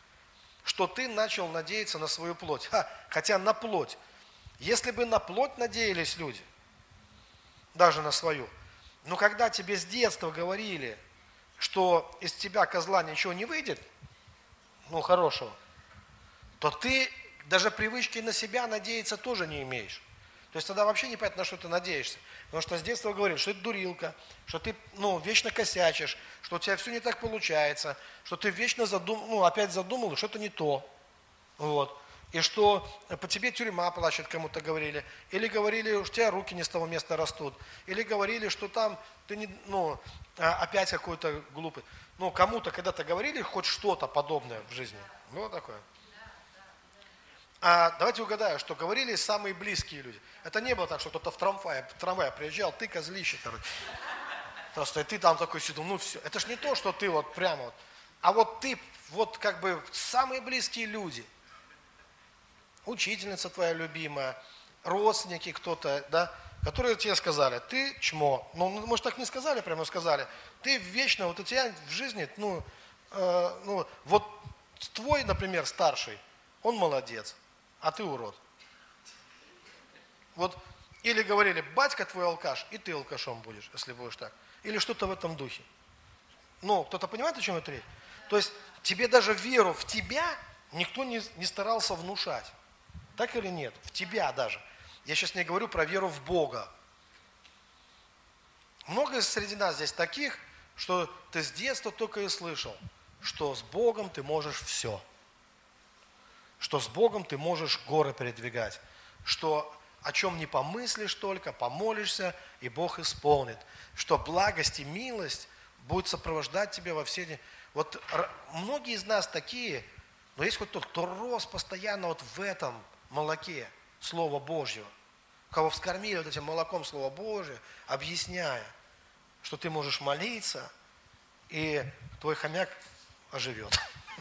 Что ты начал надеяться на свою плоть. Ха, хотя на плоть. Если бы на плоть надеялись люди, даже на свою, но когда тебе с детства говорили, что из тебя, козла, ничего не выйдет, ну, хорошего, то ты даже привычки на себя надеяться тоже не имеешь. То есть тогда вообще непонятно, на что ты надеешься. Потому что с детства говорили, что это дурилка, что ты, ну, вечно косячишь, что у тебя все не так получается, что ты вечно задум, ну, опять задумал, что-то не то. Вот. И что по тебе тюрьма плачет, кому-то говорили. Или говорили, что у тебя руки не с того места растут. Или говорили, что там ты не, ну, опять какой-то глупый. Ну, кому-то когда-то говорили хоть что-то подобное в жизни. Было такое? А давайте угадаю, что говорили самые близкие люди. Это не было так, что кто-то в трамвае, в трамвае приезжал, ты козлище, короче. Просто и ты там такой сидел, ну все. Это ж не то, что ты вот прямо вот. А вот ты, вот как бы самые близкие люди. Учительница твоя любимая, родственники кто-то, да, которые тебе сказали, ты чмо. Ну, может, так не сказали, прямо сказали. Ты вечно, вот у тебя в жизни, ну, э, ну вот твой, например, старший, он молодец, а ты урод. Вот, или говорили, батька твой алкаш, и ты алкашом будешь, если будешь так. Или что-то в этом духе. Ну, кто-то понимает, о чем это речь? То есть, тебе даже веру в тебя никто не, не старался внушать. Так или нет? В тебя даже. Я сейчас не говорю про веру в Бога. Много среди нас здесь таких, что ты с детства только и слышал, что с Богом ты можешь все. Что с Богом ты можешь горы передвигать. Что о чем не помыслишь только, помолишься, и Бог исполнит. Что благость и милость будут сопровождать тебя во все дни. Вот многие из нас такие, но есть хоть тот, кто рос постоянно вот в этом молоке Слова Божьего, кого вскормили вот этим молоком Слова Божьего, объясняя, что ты можешь молиться, и твой хомяк оживет.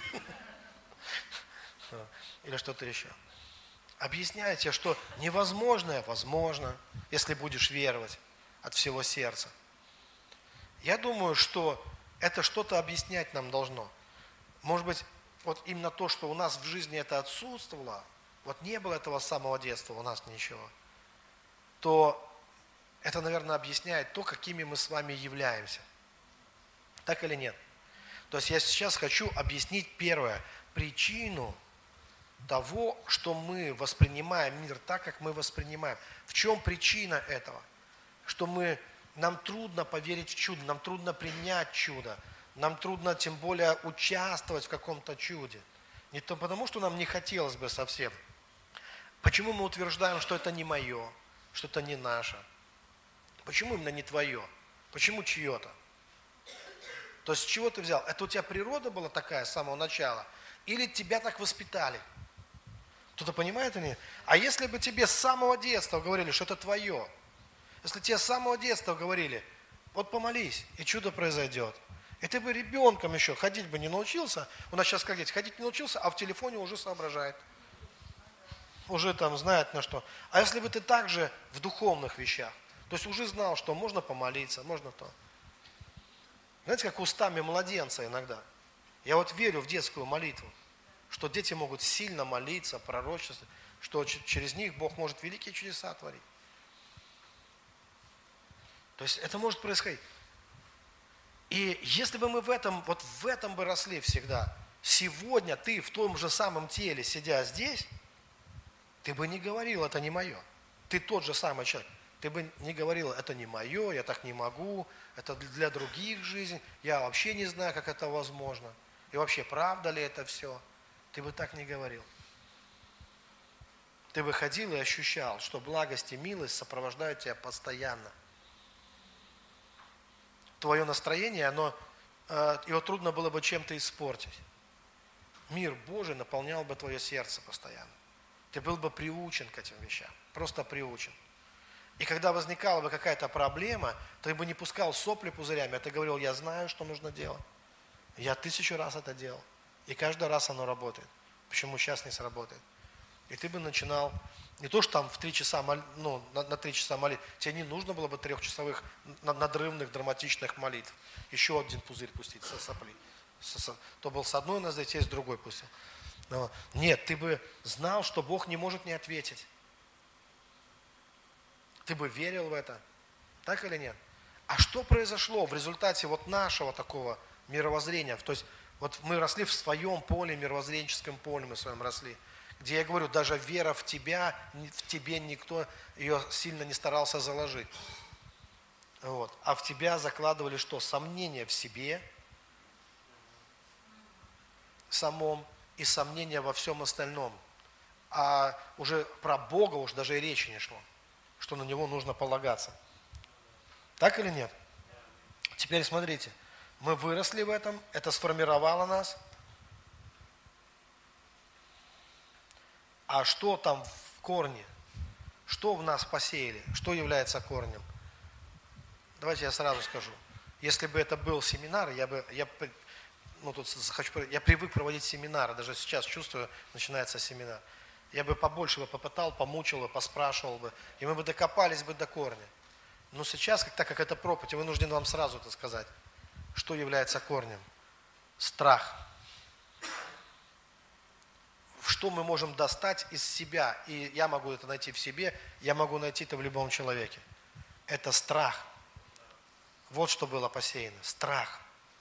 Или что-то еще. Объясняйте, что невозможное возможно, если будешь веровать от всего сердца. Я думаю, что это что-то объяснять нам должно. Может быть, вот именно то, что у нас в жизни это отсутствовало, вот не было этого с самого детства у нас ничего, то это, наверное, объясняет то, какими мы с вами являемся. Так или нет? То есть я сейчас хочу объяснить первое, причину того, что мы воспринимаем мир так, как мы воспринимаем. В чем причина этого? Что мы, нам трудно поверить в чудо, нам трудно принять чудо, нам трудно тем более участвовать в каком-то чуде. Не то потому, что нам не хотелось бы совсем. Почему мы утверждаем, что это не мое, что это не наше? Почему именно не твое? Почему чье-то? То есть с чего ты взял? Это у тебя природа была такая с самого начала? Или тебя так воспитали? Кто-то понимает или нет? А если бы тебе с самого детства говорили, что это твое, если тебе с самого детства говорили, вот помолись, и чудо произойдет, и ты бы ребенком еще ходить бы не научился, у нас сейчас как дети, ходить не научился, а в телефоне уже соображает, уже там знает на что. А если бы ты также в духовных вещах, то есть уже знал, что можно помолиться, можно то. Знаете, как устами младенца иногда. Я вот верю в детскую молитву, что дети могут сильно молиться, пророчествовать, что через них Бог может великие чудеса творить. То есть это может происходить. И если бы мы в этом, вот в этом бы росли всегда, сегодня ты в том же самом теле, сидя здесь, ты бы не говорил, это не мое. Ты тот же самый человек. Ты бы не говорил, это не мое, я так не могу, это для других жизнь, я вообще не знаю, как это возможно. И вообще, правда ли это все? Ты бы так не говорил. Ты бы ходил и ощущал, что благость и милость сопровождают тебя постоянно. Твое настроение, оно, его трудно было бы чем-то испортить. Мир Божий наполнял бы твое сердце постоянно. Ты был бы приучен к этим вещам, просто приучен. И когда возникала бы какая-то проблема, ты бы не пускал сопли пузырями, а ты говорил, я знаю, что нужно делать. Я тысячу раз это делал. И каждый раз оно работает. Почему сейчас не сработает? И ты бы начинал, не то, что там в три часа, ну, на, на три часа молитв, тебе не нужно было бы трехчасовых надрывных, драматичных молитв. Еще один пузырь пустить со сопли. Со, со, то был с одной ноздри, теперь с другой пустил. Но, нет, ты бы знал, что Бог не может не ответить. Ты бы верил в это. Так или нет? А что произошло в результате вот нашего такого мировоззрения? То есть вот мы росли в своем поле, мировоззренческом поле мы в своем росли, где я говорю, даже вера в тебя, в тебе никто ее сильно не старался заложить. Вот. А в тебя закладывали что? Сомнения в себе самом и сомнения во всем остальном. А уже про Бога уж даже и речи не шло, что на Него нужно полагаться. Так или нет? Теперь смотрите, мы выросли в этом, это сформировало нас. А что там в корне? Что в нас посеяли? Что является корнем? Давайте я сразу скажу. Если бы это был семинар, я бы, я, ну, тут хочу, я привык проводить семинары, даже сейчас чувствую, начинается семинар. Я бы побольше бы попытал, помучил бы, поспрашивал бы, и мы бы докопались бы до корня. Но сейчас, так как это проповедь, я вынужден вам сразу это сказать. Что является корнем? Страх. Что мы можем достать из себя, и я могу это найти в себе, я могу найти это в любом человеке. Это страх. Вот что было посеяно. Страх.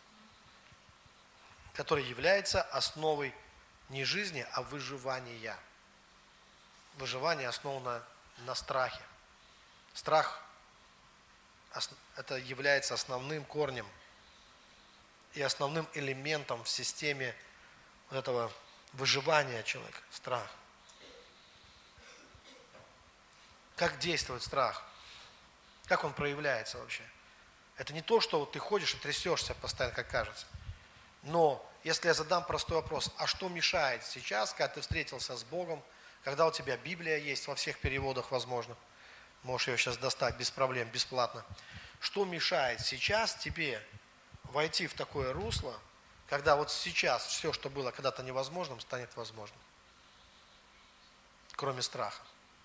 Который является основой не жизни, а выживания. Выживание основано на страхе. Страх это является основным корнем и основным элементом в системе вот этого выживания человека. Страх. Как действует страх? Как он проявляется вообще? Это не то, что вот ты ходишь и трясешься постоянно, как кажется. Но если я задам простой вопрос, а что мешает сейчас, когда ты встретился с Богом, когда у тебя Библия есть во всех переводах, возможно, можешь ее сейчас достать без проблем, бесплатно. Что мешает сейчас тебе войти в такое русло, когда вот сейчас все, что было когда-то невозможным, станет возможным? Кроме страха.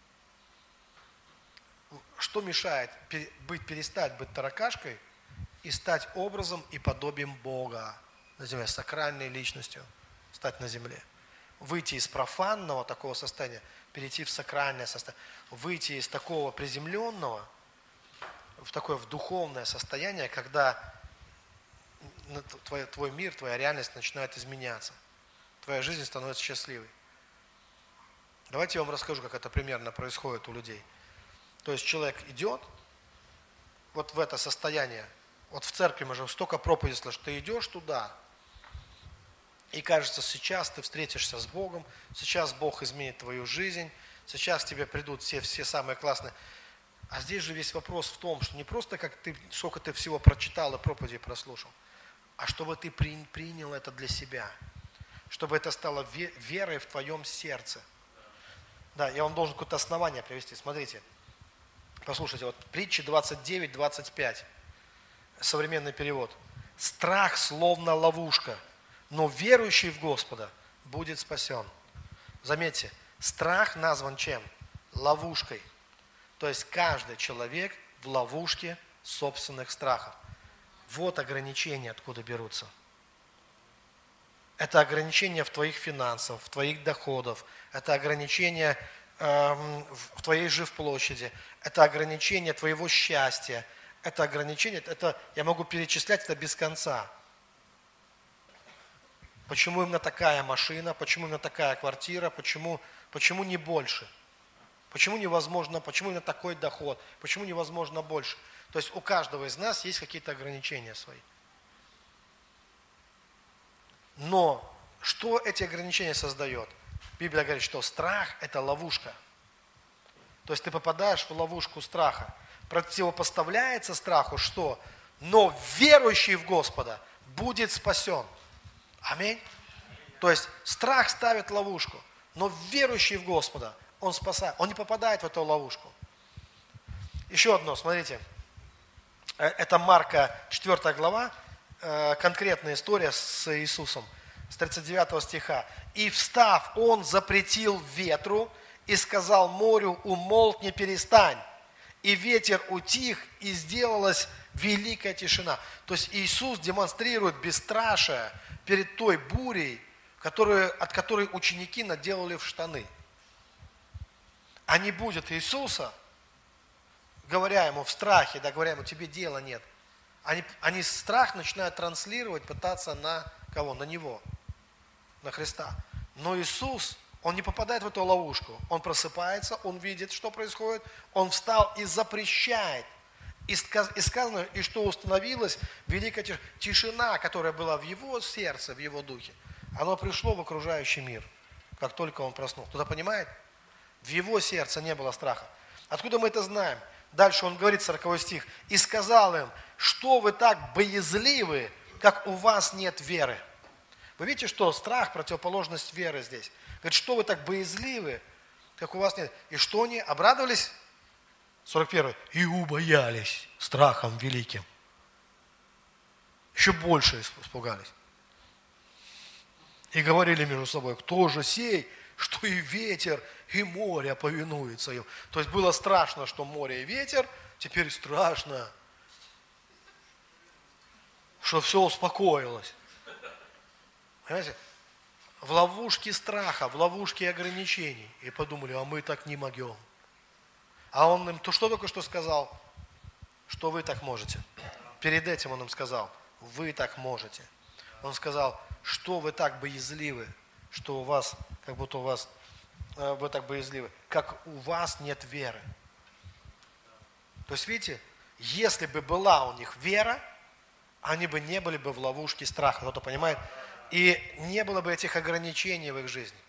Что мешает быть, перестать быть таракашкой и стать образом и подобием Бога на земле, сакральной личностью, стать на земле? Выйти из профанного такого состояния, перейти в сакральное состояние, выйти из такого приземленного в такое в духовное состояние, когда твой, твой мир, твоя реальность начинает изменяться. Твоя жизнь становится счастливой. Давайте я вам расскажу, как это примерно происходит у людей. То есть человек идет вот в это состояние, вот в церкви мы же столько проповедей слышим, что ты идешь туда, и кажется, сейчас ты встретишься с Богом, сейчас Бог изменит твою жизнь, сейчас к тебе придут все, все самые классные. А здесь же весь вопрос в том, что не просто как ты, сколько ты всего прочитал и проповедей прослушал, а чтобы ты при, принял это для себя, чтобы это стало ве, верой в твоем сердце. Да, я вам должен какое-то основание привести. Смотрите, послушайте, вот притчи двадцать девять двадцать пять, современный перевод. Страх словно ловушка, но верующий в Господа будет спасен. Заметьте, страх назван чем? Ловушкой. То есть каждый человек в ловушке собственных страхов. Вот ограничения, откуда берутся. Это ограничения в твоих финансах, в твоих доходах. Это ограничения э, в твоей жилплощади. Это ограничение твоего счастья. Это ограничение, это я могу перечислять это без конца. Почему именно такая машина, почему именно такая квартира, почему, почему не больше? Почему невозможно, почему именно такой доход, почему невозможно больше? То есть у каждого из нас есть какие-то ограничения свои. Но что эти ограничения создает? Библия говорит, что страх – это ловушка. То есть ты попадаешь в ловушку страха. Противопоставляется страху что? Но верующий в Господа будет спасен. Аминь. То есть страх ставит ловушку, но верующий в Господа, он спасает, он не попадает в эту ловушку. Еще одно, смотрите, это Марка четвёртая глава, конкретная история с Иисусом, с тридцать девятого стиха. «И встав, он запретил ветру и сказал морю, умолкни, перестань. И ветер утих, и сделалась великая тишина». То есть Иисус демонстрирует бесстрашие перед той бурей, которую, от которой ученики наделали в штаны. А не будет Иисуса, говоря ему в страхе, да, говоря ему, тебе дела нет, Они, они страх начинают транслировать, пытаться на кого? На Него, на Христа. Но Иисус, Он не попадает в эту ловушку. Он просыпается, Он видит, что происходит, Он встал и запрещает. И сказано, и что установилась великая тишина, которая была в Его сердце, в Его духе. Оно пришло в окружающий мир, как только Он проснулся. Кто-то понимает? В Его сердце не было страха. Откуда мы это знаем? Дальше Он говорит, сороковой стих. «И сказал им, что вы так боязливы, как у вас нет веры». Вы видите, что страх – противоположность веры здесь. Говорит, что вы так боязливы, как у вас нет. И что они обрадовались? сорок первый. И убоялись страхом великим. Еще больше испугались. И говорили между собой, кто же сей, что и ветер, и море повинуется им. То есть было страшно, что море и ветер, теперь страшно, что все успокоилось. Понимаете? В ловушке страха, в ловушке ограничений. И подумали, а мы так не могем. А он им, то что только что сказал? Что вы так можете. Перед этим он им сказал, вы так можете. Он сказал, что вы так боязливы, что у вас, как будто у вас, э, вы так боязливы, как у вас нет веры. То есть, видите, если бы была у них вера, они бы не были бы в ловушке страха, кто-то понимает? И не было бы этих ограничений в их жизни.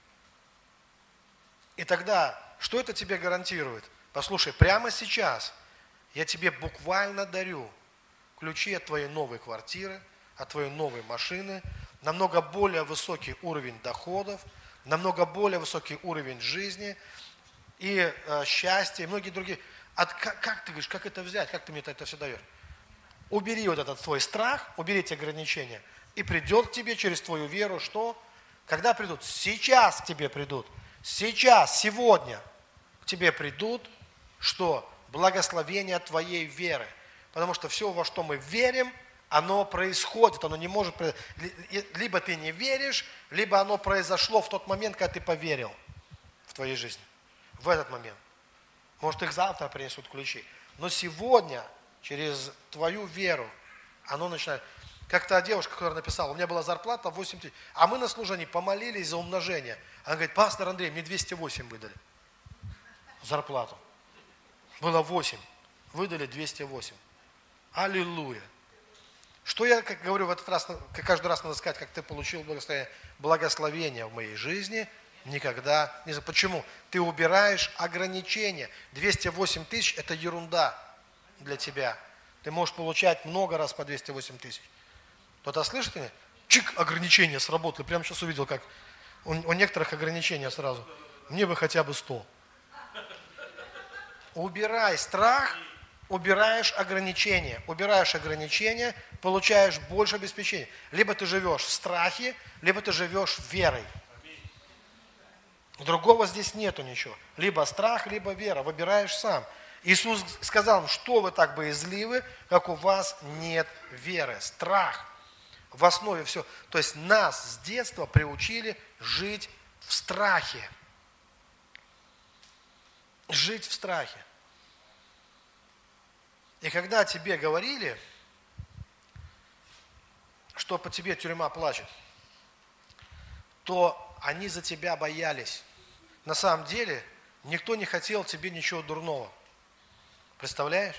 И тогда, что это тебе гарантирует? Послушай, прямо сейчас я тебе буквально дарю ключи от твоей новой квартиры, от твоей новой машины, намного более высокий уровень доходов, намного более высокий уровень жизни и э, счастья, и многие другие. От, как, как ты говоришь, как это взять, как ты мне это все даешь? Убери вот этот свой страх, убери эти ограничения, и придет к тебе через твою веру, что? Когда придут? Сейчас к тебе придут. Сейчас, сегодня к тебе придут, что? Благословение твоей веры. Потому что все, во что мы верим, оно происходит, оно не может произойти. Либо ты не веришь, либо оно произошло в тот момент, когда ты поверил в твоей жизни. В этот момент. Может, их завтра принесут ключи. Но сегодня, через твою веру, оно начинает. Как-то девушка, которая написала, у меня была зарплата восемь тысяч, а мы на служении помолились за умножение. Она говорит, пастор Андрей, мне двести восемь выдали зарплату. Было восемь, выдали двести восемь. Аллилуйя. Что я, как говорю, в этот раз, как каждый раз надо сказать, как ты получил благословение, благословение в моей жизни, никогда не знаю. Почему? Ты убираешь ограничения. двести восемь тысяч – это ерунда для тебя. Ты можешь получать много раз по двести восемь тысяч. Кто-то слышит меня? Чик, ограничения сработали. Прямо сейчас увидел, как у, у некоторых ограничения сразу. Мне бы хотя бы сто. Убирай страх, убираешь ограничения. Убираешь ограничения, получаешь больше обеспечения. Либо ты живешь в страхе, либо ты живешь верой. Другого здесь нету ничего. Либо страх, либо вера. Выбираешь сам. Иисус сказал, что вы так боязливы, как у вас нет веры. Страх. В основе все. То есть нас с детства приучили жить в страхе. Жить в страхе. И когда тебе говорили, что по тебе тюрьма плачет, то они за тебя боялись. На самом деле, никто не хотел тебе ничего дурного. Представляешь?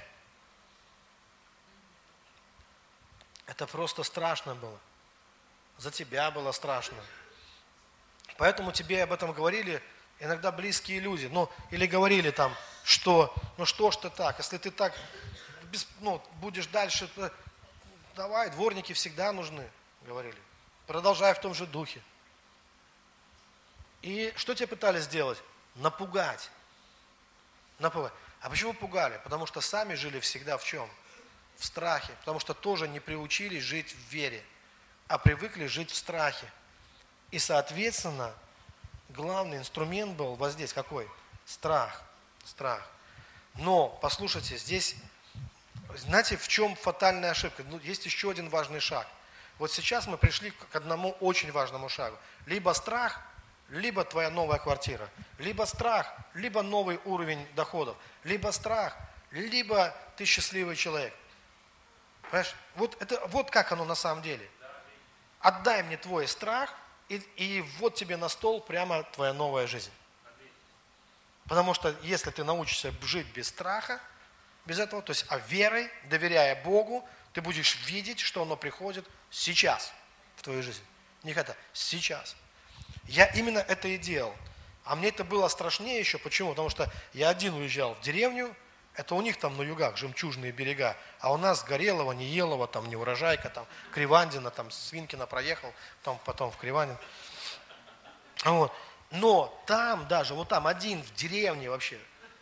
Это просто страшно было. За тебя было страшно. Поэтому тебе об этом говорили иногда близкие люди. Ну, или говорили там, что, ну что ж ты так, если ты так без, ну, будешь дальше, то давай, дворники всегда нужны, говорили. Продолжай в том же духе. И что тебе пытались сделать? Напугать. Напугать. А почему пугали? Потому что сами жили всегда в чем? В страхе. Потому что тоже не приучились жить в вере, а привыкли жить в страхе. И, соответственно, главный инструмент был вот здесь какой? Страх. Страх. Но, послушайте, здесь, знаете, в чем фатальная ошибка? Ну, есть еще один важный шаг. Вот сейчас мы пришли к одному очень важному шагу. Либо страх, либо твоя новая квартира. Либо страх, либо новый уровень доходов. Либо страх, либо ты счастливый человек. Понимаешь? Вот, это, вот как оно на самом деле. Отдай мне твой страх, и, и вот тебе на стол прямо твоя новая жизнь. Потому что если ты научишься жить без страха, без этого, то есть а верой, доверяя Богу, ты будешь видеть, что оно приходит сейчас в твою жизнь. Не когда, сейчас. Я именно это и делал. А мне это было страшнее еще. Почему? Потому что я один уезжал в деревню, это у них там на югах жемчужные берега, а у нас Горелого, Неелова, там Неурожайка, там Кривандина, там Свинкина проехал, там потом в Кривандин. Вот. Но там даже, вот там один в деревне вообще,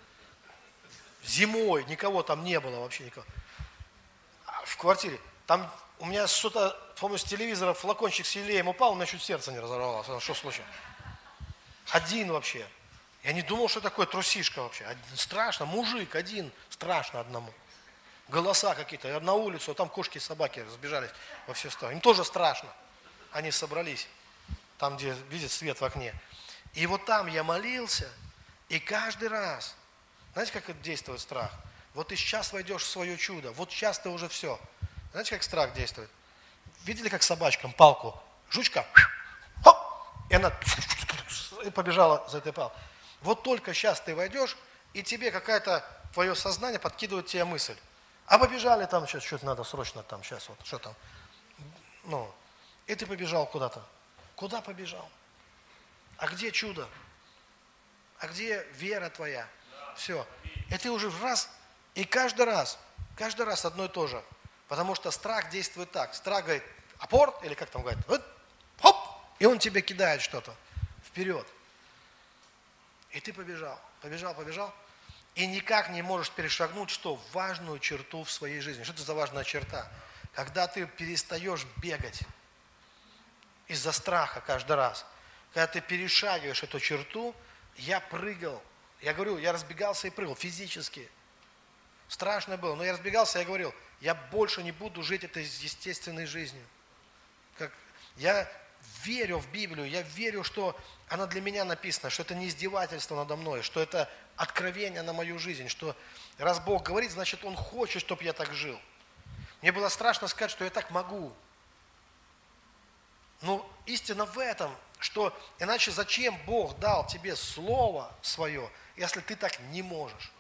зимой никого там не было вообще никого. В квартире. Там у меня что-то, помню, с телевизора флакончик с елеем упал, у меня чуть сердце не разорвалось. Что случилось? Один вообще. Я не думал, что такое трусишка вообще. Один, страшно, мужик один, страшно одному. Голоса какие-то. Я на улицу, а там кошки и собаки разбежались во все стороны. Им тоже страшно. Они собрались, там, где видят свет в окне. И вот там я молился, и каждый раз, знаете, как это действует страх? Вот ты сейчас войдешь в свое чудо, вот сейчас ты уже все. Знаете, как страх действует? Видели, как собачкам палку? Жучка, хоп, и она и побежала за этой палкой. Вот только сейчас ты войдешь, и тебе какая-то, твое сознание подкидывает тебе мысль. А побежали там, сейчас что-то надо срочно там, сейчас вот, что там. Ну, и ты побежал куда-то. Куда побежал? А где чудо? А где вера твоя? Все. И ты уже раз, и каждый раз, каждый раз одно и то же. Потому что страх действует так. Страх говорит, апорт, или как там говорит, вот, хоп, и он тебе кидает что-то вперед. И ты побежал, побежал, побежал, и никак не можешь перешагнуть, что важную черту в своей жизни. Что это за важная черта? Когда ты перестаешь бегать из-за страха каждый раз, когда ты перешагиваешь эту черту, я прыгал, я говорю, я разбегался и прыгал физически. Страшно было, но я разбегался, я говорил, я больше не буду жить этой естественной жизнью. Как, я верю в Библию, я верю, что она для меня написана, что это не издевательство надо мной, что это откровение на мою жизнь, что раз Бог говорит, значит Он хочет, чтобы я так жил. Мне было страшно сказать, что я так могу. Но истина в этом, что иначе зачем Бог дал тебе Слово Свое, если ты так не можешь?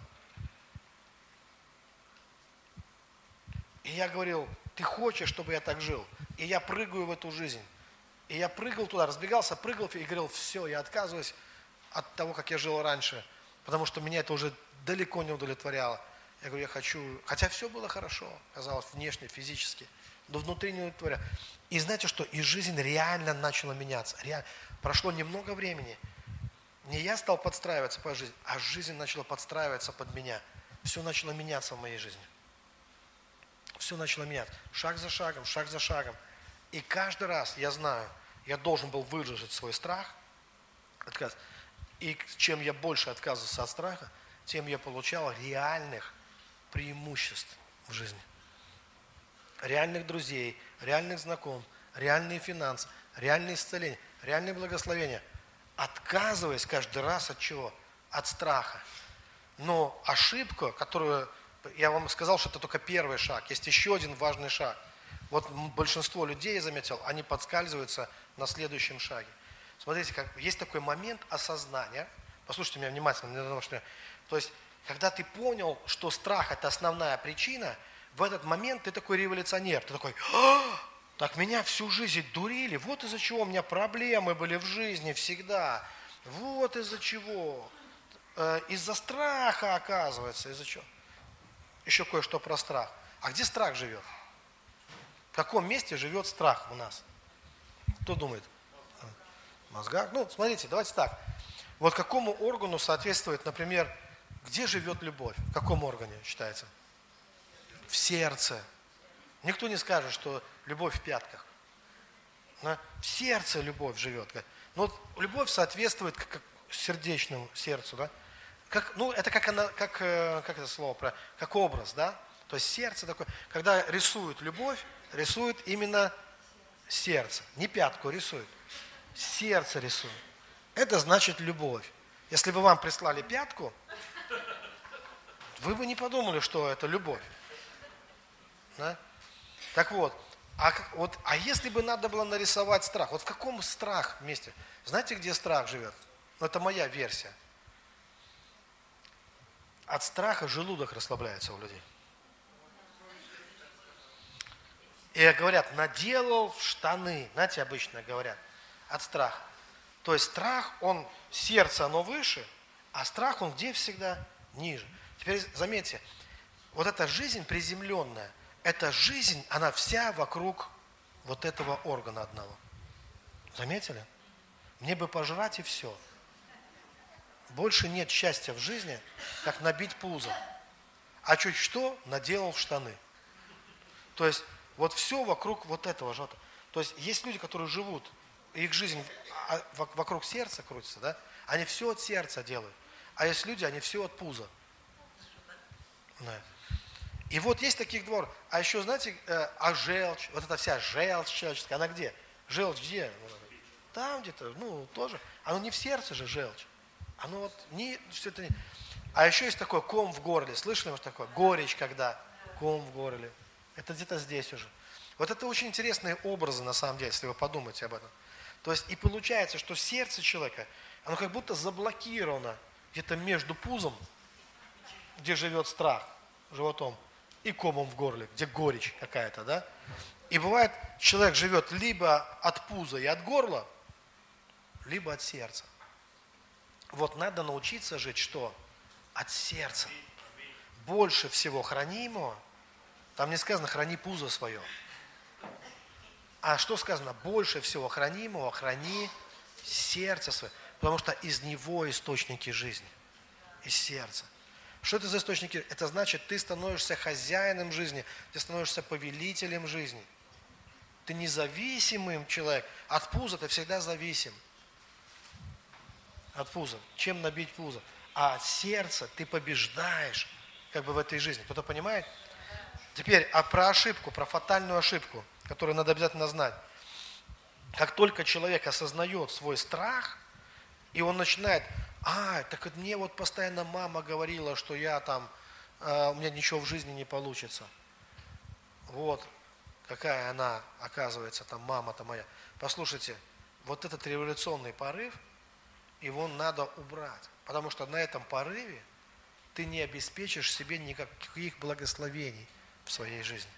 И я говорил, ты хочешь, чтобы я так жил? И я прыгаю в эту жизнь. И я прыгал туда, разбегался, прыгал и говорил, все, я отказываюсь от того, как я жил раньше, потому что меня это уже далеко не удовлетворяло. Я говорю, я хочу, хотя все было хорошо, казалось, внешне, физически, но внутри не удовлетворяло. И знаете что, и жизнь реально начала меняться. Реально. Прошло немного времени, не я стал подстраиваться под жизнь, а жизнь начала подстраиваться под меня. Все начало меняться в моей жизни. Все начало меняться. Шаг за шагом, шаг за шагом. И каждый раз, я знаю, я должен был выжить свой страх, отказ. И чем я больше отказывался от страха, тем я получал реальных преимуществ в жизни. Реальных друзей, реальных знакомых, реальные финансы, реальные исцеления, реальные благословения. Отказываясь каждый раз от чего? От страха. Но ошибка, которую, я вам сказал, что это только первый шаг, есть еще один важный шаг. Вот большинство людей, я заметил, они подскальзываются на следующем шаге. Смотрите, как, есть такой момент осознания. Послушайте меня внимательно. Потому что, то есть, когда ты понял, что страх – это основная причина, в этот момент ты такой революционер. Ты такой, а, так меня всю жизнь дурили. Вот из-за чего у меня проблемы были в жизни всегда. Вот из-за чего. Э, из-за страха, оказывается. Из-за чего? Еще кое-что про страх. А где страх живет? В каком месте живет страх у нас? Кто думает? В мозгах? Ну, смотрите, давайте так. Вот какому органу соответствует, например, где живет любовь? В каком органе считается? В сердце. Никто не скажет, что любовь в пятках. В сердце любовь живет. Но вот любовь соответствует как сердечному сердцу, да? Как, ну, это как, она, как, как это слово, про, как образ, да? То есть сердце такое, когда рисуют любовь, рисует именно сердце. Не пятку рисует, сердце рисует. Это значит любовь. Если бы вам прислали пятку, вы бы не подумали, что это любовь. Да? Так вот, а, вот, а если бы надо было нарисовать страх, вот в каком страх месте? Знаете, где страх живет? Ну, это моя версия. От страха желудок расслабляется у людей. И говорят, наделал в штаны, знаете, обычно говорят, от страха. То есть страх, он, сердце, оно выше, а страх, он где всегда ниже. Теперь заметьте, вот эта жизнь приземленная, эта жизнь, она вся вокруг вот этого органа одного. Заметили? Мне бы пожрать и все. Больше нет счастья в жизни, как набить пузо. А чуть что, наделал в штаны. То есть вот все вокруг вот этого же. То есть есть люди, которые живут, их жизнь вокруг сердца крутится, да? Они все от сердца делают. А есть люди, они все от пуза. Да. И вот есть таких двор. А еще, знаете, э, а желчь, вот эта вся желчь человеческая, она где? Желчь где? Там где-то, ну, тоже. Оно не в сердце же желчь. Оно вот не, все это не. А еще есть такой ком в горле. Слышали, может, такое? Горечь, когда ком в горле. Это где-то здесь уже. Вот это очень интересные образы, на самом деле, если вы подумаете об этом. То есть и получается, что сердце человека, оно как будто заблокировано где-то между пузом, где живет страх, животом, и комом в горле, где горечь какая-то, да? И бывает, человек живет либо от пуза и от горла, либо от сердца. Вот надо научиться жить что? От сердца. Больше всего хранимого, там не сказано храни пузо свое. А что сказано? Больше всего хранимого храни сердце свое. Потому что из него источники жизни. Из сердца. Что это за источники? Это значит, ты становишься хозяином жизни, ты становишься повелителем жизни. Ты независимым человек. От пуза ты всегда зависим. От пуза. Чем набить пузо? А от сердца ты побеждаешь как бы в этой жизни. Кто-то понимает? Теперь, а про ошибку, про фатальную ошибку, которую надо обязательно знать. Как только человек осознает свой страх, и он начинает, а, так мне вот постоянно мама говорила, что я там, э, у меня ничего в жизни не получится. Вот, какая она, оказывается, там мама-то моя. Послушайте, вот этот революционный порыв, его надо убрать. Потому что на этом порыве ты не обеспечишь себе никаких благословений в своей жизни.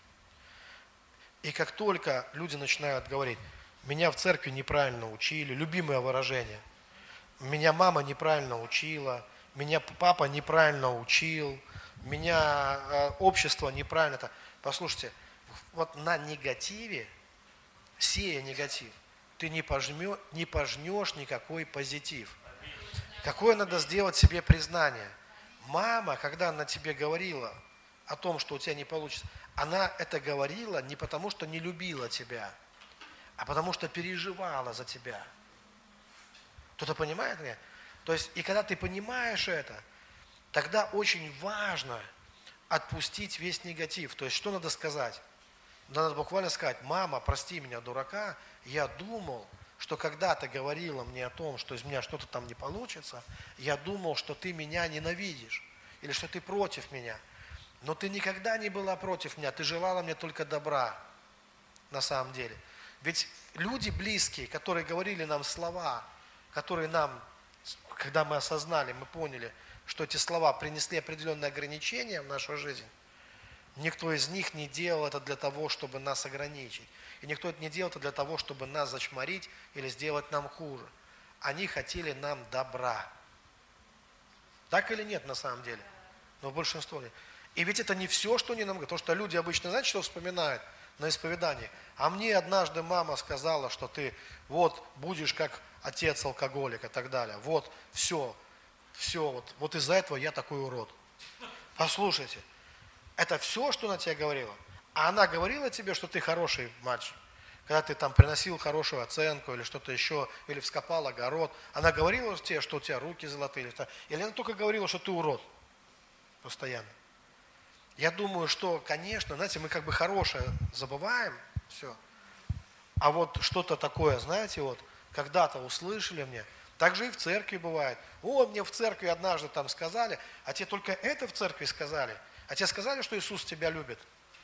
И как только люди начинают говорить, меня в церкви неправильно учили, любимое выражение, меня мама неправильно учила, меня папа неправильно учил, меня э, общество неправильно. -то. Послушайте, вот на негативе, сея негатив, ты не, пожмё, не пожнешь никакой позитив. Какое надо сделать себе признание? Мама, когда она тебе говорила о том, что у тебя не получится, она это говорила не потому, что не любила тебя, а потому, что переживала за тебя. Кто-то понимает меня? То есть, и когда ты понимаешь это, тогда очень важно отпустить весь негатив. То есть, что надо сказать? Надо буквально сказать, мама, прости меня, дурака, я думал, что когда ты говорила мне о том, что из меня что-то там не получится, я думал, что ты меня ненавидишь, или что ты против меня. Но ты никогда не была против меня, ты желала мне только добра, на самом деле. Ведь люди близкие, которые говорили нам слова, которые нам, когда мы осознали, мы поняли, что эти слова принесли определенные ограничения в нашу жизнь, никто из них не делал это для того, чтобы нас ограничить. И никто это не делал это для того, чтобы нас зачморить или сделать нам хуже. Они хотели нам добра. Так или нет на самом деле? Но большинство нет. И ведь это не все, что они нам говорят. Потому что люди обычно, знаете, что вспоминают на исповедании? А мне однажды мама сказала, что ты вот будешь как отец алкоголик и так далее. Вот, все, все, вот, вот из-за этого я такой урод. Послушайте, это все, что она тебе говорила? А она говорила тебе, что ты хороший мальчик, когда ты там приносил хорошую оценку или что-то еще, или вскопал огород. Она говорила тебе, что у тебя руки золотые, или, или она только говорила, что ты урод постоянно. Я думаю, что, конечно, знаете, мы как бы хорошее забываем, все. А вот что-то такое, знаете, вот, когда-то услышали мне, так же и в церкви бывает. О, мне в церкви однажды там сказали, а тебе только это в церкви сказали. А тебе сказали, что Иисус тебя любит?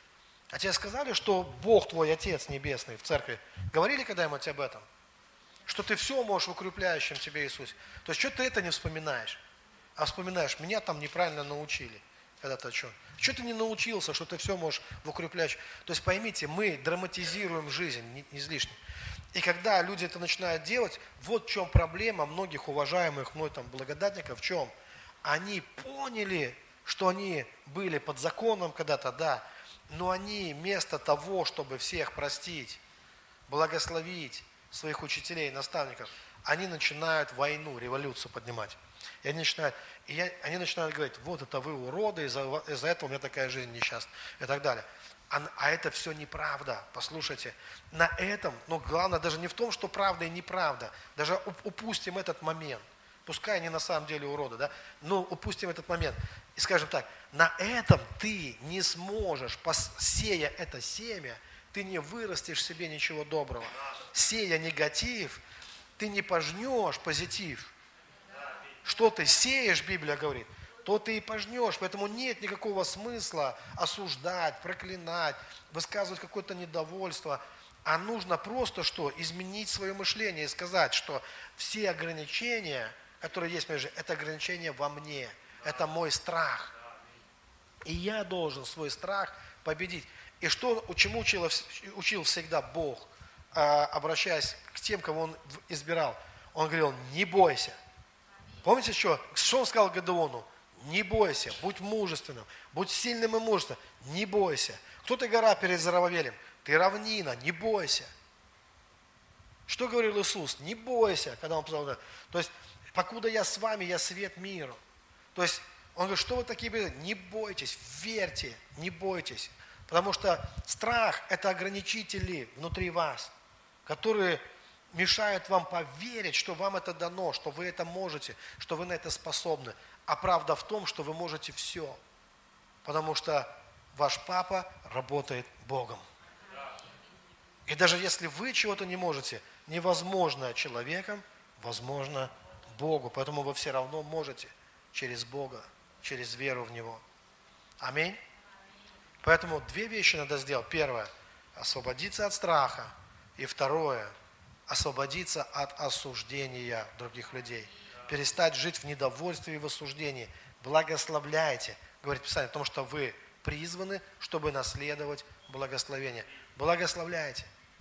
А тебе сказали, что Бог твой Отец Небесный в церкви? Говорили когда-нибудь об этом? Что ты все можешь в укрепляющем тебе Иисусе. То есть, что ты это не вспоминаешь? А вспоминаешь, меня там неправильно научили. Когда-то что? Что ты не научился, что ты все можешь в укрепляющем? То есть, поймите, мы драматизируем жизнь не- излишне. И когда люди это начинают делать, вот в чем проблема многих уважаемых мной там благодатников, в чем? Они поняли, что они были под законом когда-то, да, но они вместо того, чтобы всех простить, благословить своих учителей, наставников, они начинают войну, революцию поднимать. И они начинают, и я, они начинают говорить, вот это вы уроды, из-за, из-за этого у меня такая жизнь несчастная и так далее. А, а это все неправда, послушайте. На этом, ну главное даже не в том, что правда и неправда, даже упустим этот момент. Пускай они на самом деле уроды, да, но упустим этот момент. И скажем так, на этом ты не сможешь, сея это семя, ты не вырастешь себе ничего доброго. Сея негатив, ты не пожнешь позитив. Что ты сеешь, Библия говорит, то ты и пожнешь. Поэтому нет никакого смысла осуждать, проклинать, высказывать какое-то недовольство. А нужно просто что? Изменить свое мышление и сказать, что все ограничения, которые есть в моей жизни, это ограничения во мне. Это мой страх. И я должен свой страх победить. И что, чему учил, учил всегда Бог, обращаясь к тем, кого Он избирал? Он говорил, не бойся. Помните, что, что Он сказал Гедеону? Не бойся, будь мужественным, будь сильным и мужественным, не бойся. Кто ты, гора перед Зарававелем? Ты равнина, не бойся. Что говорил Иисус? Не бойся, когда Он сказал, то есть, покуда я с вами, я свет миру. То есть, Он говорит, что вы такие, не бойтесь, верьте, не бойтесь. Потому что страх – это ограничители внутри вас, которые мешают вам поверить, что вам это дано, что вы это можете, что вы на это способны. А правда в том, что вы можете все. Потому что ваш папа работает Богом. И даже если вы чего-то не можете, невозможно человеком, возможно Богу. Поэтому вы все равно можете через Бога, через веру в Него. Аминь. Поэтому две вещи надо сделать. Первое – освободиться от страха. И второе – освободиться от осуждения других людей. Перестать жить в недовольстве и в осуждении. Благословляйте, говорит Писание, потому что вы призваны, чтобы наследовать благословение. Благословляйте.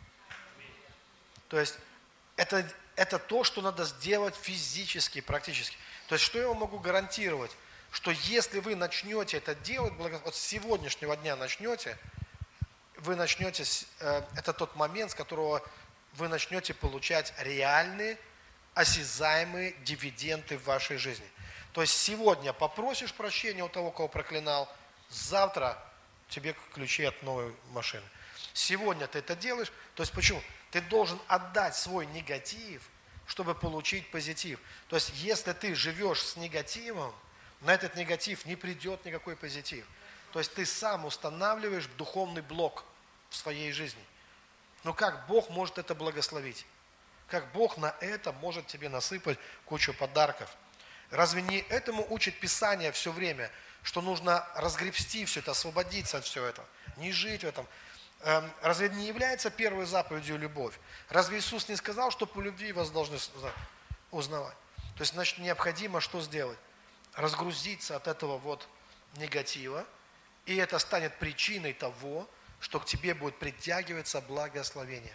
То есть это, это то, что надо сделать физически, практически. То есть что я вам могу гарантировать? Что если вы начнете это делать, вот с сегодняшнего дня начнете, вы начнете, это тот момент, с которого вы начнете получать реальные, осязаемые дивиденды в вашей жизни. То есть сегодня попросишь прощения у того, кого проклинал, завтра тебе ключи от новой машины. Сегодня ты это делаешь, то есть почему? Ты должен отдать свой негатив, чтобы получить позитив. То есть если ты живешь с негативом, на этот негатив не придет никакой позитив. То есть ты сам устанавливаешь духовный блок в своей жизни. Но как Бог может это благословить? Как Бог на это может тебе насыпать кучу подарков? Разве не этому учит Писание все время, что нужно разгребсти все это, освободиться от всего этого, не жить в этом? Разве не является первой заповедью любовь? Разве Иисус не сказал, что по любви вас должны узнавать? То есть, значит, необходимо что сделать? Разгрузиться от этого вот негатива, и это станет причиной того, что к тебе будет притягиваться благословение.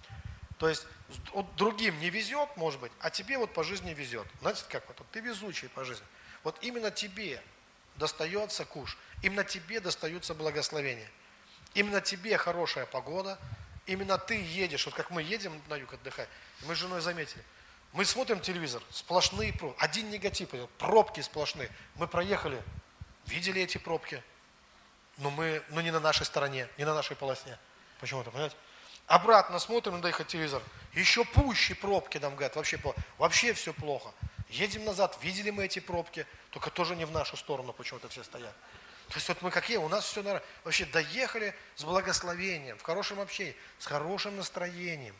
То есть вот другим не везет, может быть, а тебе вот по жизни везет. Знаете, как вот, вот ты везучий по жизни. Вот именно тебе достается куш, именно тебе достаются благословения. Именно тебе хорошая погода, именно ты едешь, вот как мы едем на юг отдыхать, мы с женой заметили, мы смотрим телевизор, сплошные пробки, один негатив, пробки сплошные. Мы проехали, видели эти пробки, но мы, но не на нашей стороне, не на нашей полосе. Почему-то, понимаете? Обратно смотрим, надо ехать телевизор, еще пуще пробки нам говорят, вообще, вообще все плохо. Едем назад, видели мы эти пробки, только тоже не в нашу сторону почему-то все стоят. То есть вот мы какие, у нас все нормально. Вообще доехали с благословением, в хорошем общении, с хорошим настроением.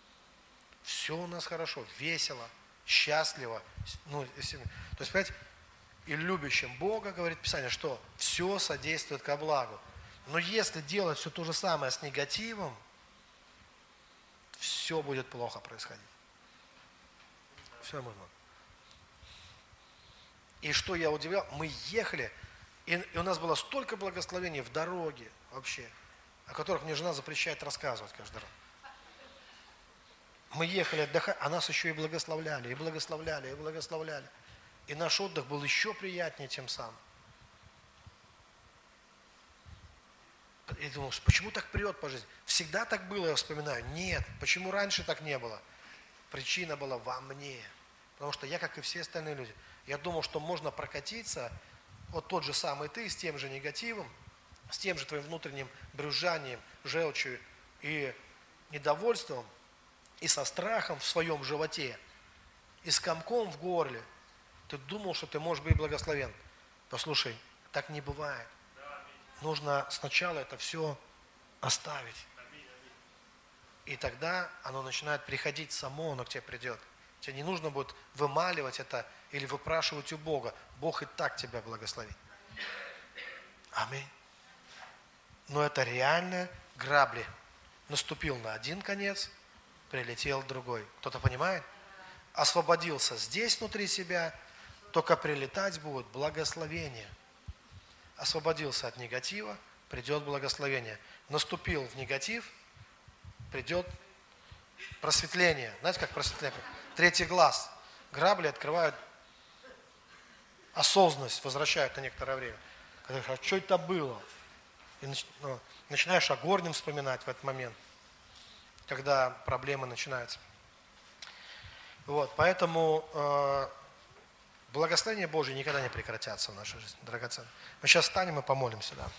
Все у нас хорошо, весело, счастливо. Ну, если, то есть, понимаете, и любящим Бога, говорит Писание, что все содействует ко благу. Но если делать все то же самое с негативом, все будет плохо происходить. Все можно. И что я удивлял, мы ехали, и, и у нас было столько благословений в дороге вообще, о которых мне жена запрещает рассказывать каждый раз. Мы ехали отдыхать, а нас еще и благословляли, и благословляли, и благословляли. И наш отдых был еще приятнее тем самым. И думал, почему так прет по жизни? Всегда так было, я вспоминаю. Нет, почему раньше так не было? Причина была во мне. Потому что я, как и все остальные люди, я думал, что можно прокатиться, вот тот же самый ты, с тем же негативом, с тем же твоим внутренним брюзжанием, желчью и недовольством, и со страхом в своем животе, и с комком в горле. Ты думал, что ты можешь быть благословен. Послушай, так не бывает. Нужно сначала это все оставить. И тогда оно начинает приходить само, оно к тебе придет. Тебе не нужно будет вымаливать это или выпрашивать у Бога. Бог и так тебя благословит. Аминь. Но это реально грабли. Наступил на один конец, прилетел другой. Кто-то понимает? Освободился здесь внутри себя, только прилетать будет благословение. Освободился от негатива, придет благословение. Наступил в негатив, придет просветление. Знаете, как просветление? Третий глаз. Грабли открывают осознанность, возвращают на некоторое время. Когда говоришь, а что это было? И ну, начинаешь о горнем вспоминать в этот момент, когда проблемы начинаются. Вот, поэтому э, благословения Божьи никогда не прекратятся в нашей жизни, драгоценные. Мы сейчас встанем и помолимся, да.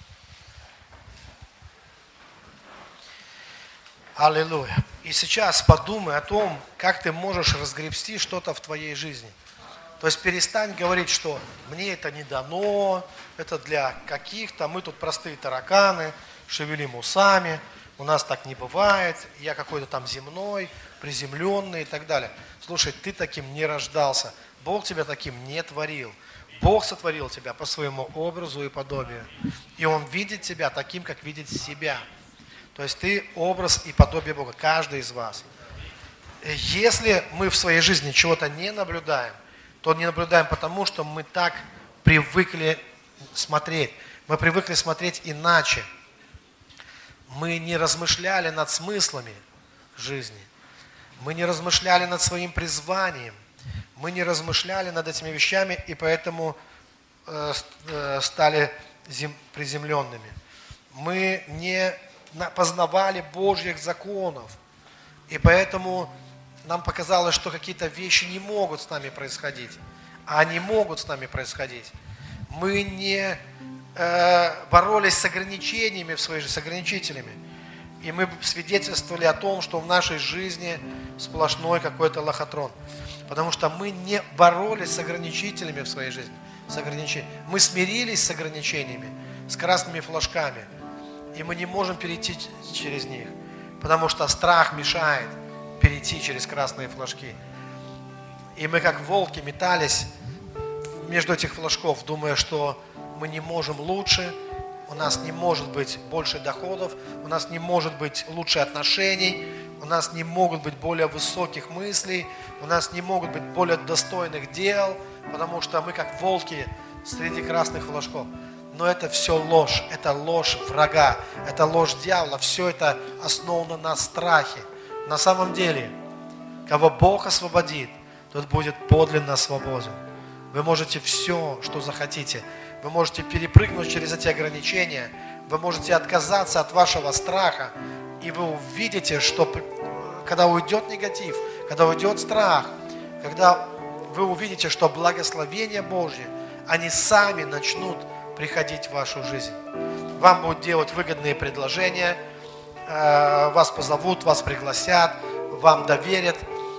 Аллилуйя. И сейчас подумай о том, как ты можешь разгребсти что-то в твоей жизни. То есть перестань говорить, что мне это не дано, это для каких-то, мы тут простые тараканы, шевелим усами, у нас так не бывает, я какой-то там земной, приземленный и так далее. Слушай, ты таким не рождался, Бог тебя таким не творил. Бог сотворил тебя по своему образу и подобию. И Он видит тебя таким, как видит себя. То есть ты образ и подобие Бога, каждый из вас. Если мы в своей жизни чего-то не наблюдаем, то не наблюдаем потому, что мы так привыкли смотреть. Мы привыкли смотреть иначе. Мы не размышляли над смыслами жизни. Мы не размышляли над своим призванием. Мы не размышляли над этими вещами, и поэтому э, э, стали зем, приземленными. Мы не познавали Божьих законов, и поэтому нам показалось, что какие-то вещи не могут с нами происходить, а они могут с нами происходить. Мы не э, боролись с ограничениями в своей жизни, с ограничителями, и мы свидетельствовали о том, что в нашей жизни сплошной какой-то лохотрон. Потому что мы не боролись с ограничителями в своей жизни. С ограничениями. Мы смирились с ограничениями, с красными флажками. И мы не можем перейти через них. Потому что страх мешает перейти через красные флажки. И мы как волки метались между этих флажков, думая, что мы не можем лучше, у нас не может быть больше доходов, у нас не может быть лучше отношений, у нас не могут быть более высоких мыслей, у нас не могут быть более достойных дел, потому что мы как волки среди красных флажков. Но это все ложь, это ложь врага, это ложь дьявола, все это основано на страхе. На самом деле, кого Бог освободит, тот будет подлинно свободен. Вы можете все, что захотите. Вы можете перепрыгнуть через эти ограничения, вы можете отказаться от вашего страха, и вы увидите, что когда уйдет негатив, когда уйдет страх, когда вы увидите, что благословения Божьи, они сами начнут приходить в вашу жизнь. Вам будут делать выгодные предложения, вас позовут, вас пригласят, вам доверят,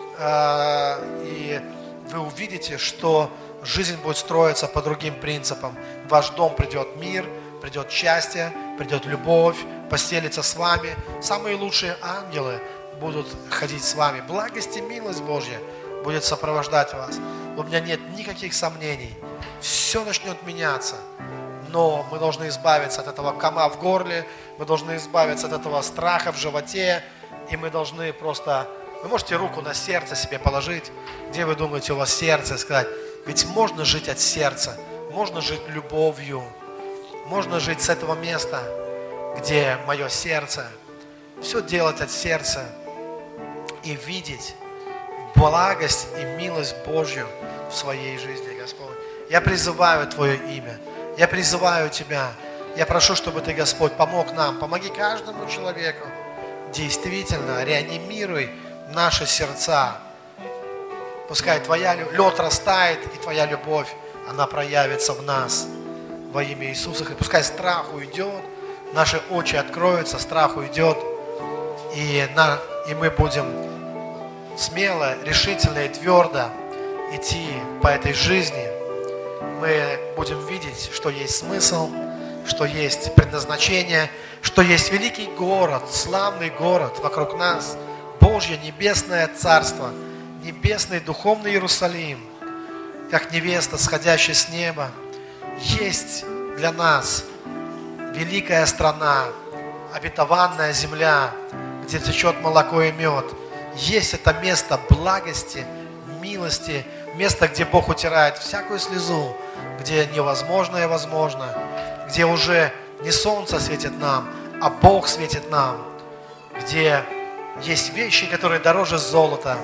и вы увидите, что жизнь будет строиться по другим принципам. В ваш дом придет мир, придет счастье, придет любовь, поселится с вами. Самые лучшие ангелы будут ходить с вами. Благость и милость Божья будет сопровождать вас. У меня нет никаких сомнений. Все начнет меняться. но мы должны избавиться от этого кома в горле, мы должны избавиться от этого страха в животе, и мы должны просто... Вы можете руку на сердце себе положить, где вы думаете у вас сердце, и сказать, ведь можно жить от сердца, можно жить любовью, можно жить с этого места, где мое сердце, все делать от сердца и видеть благость и милость Божью в своей жизни, Господь. Я призываю Твое имя, я призываю Тебя, я прошу, чтобы Ты, Господь, помог нам, помоги каждому человеку, действительно реанимируй наши сердца. Пускай Твоя лед растает, и Твоя любовь, она проявится в нас во имя Иисуса. И пускай страх уйдет, наши очи откроются, страх уйдет, и, на, и мы будем смело, решительно и твердо идти по этой жизни. Мы будем видеть, что есть смысл, что есть предназначение, что есть великий город, славный город вокруг нас, Божье небесное царство, небесный духовный Иерусалим, как невеста, сходящая с неба. Есть для нас великая страна, обетованная земля, где течет молоко и мед. Есть это место благости, милости, место, где Бог утирает всякую слезу, где невозможное возможно, где уже не солнце светит нам, а Бог светит нам, где есть вещи, которые дороже золота.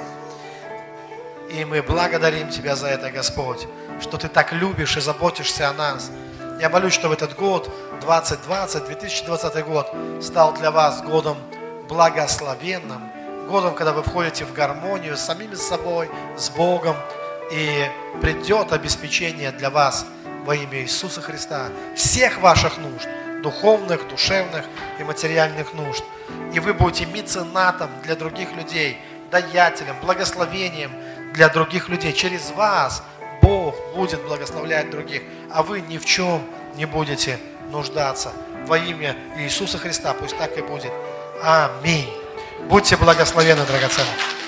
И мы благодарим Тебя за это, Господь, что Ты так любишь и заботишься о нас. Я молюсь, чтобы этот год, двадцать двадцать, две тысячи двадцатый год, стал для вас годом благословенным, годом, когда вы входите в гармонию с самими собой, с Богом, и придет обеспечение для вас во имя Иисуса Христа, всех ваших нужд, духовных, душевных и материальных нужд. И вы будете меценатом для других людей, даятелем, благословением для других людей. Через вас Бог будет благословлять других, а вы ни в чем не будете нуждаться. Во имя Иисуса Христа пусть так и будет. Аминь. Будьте благословенны, драгоценные.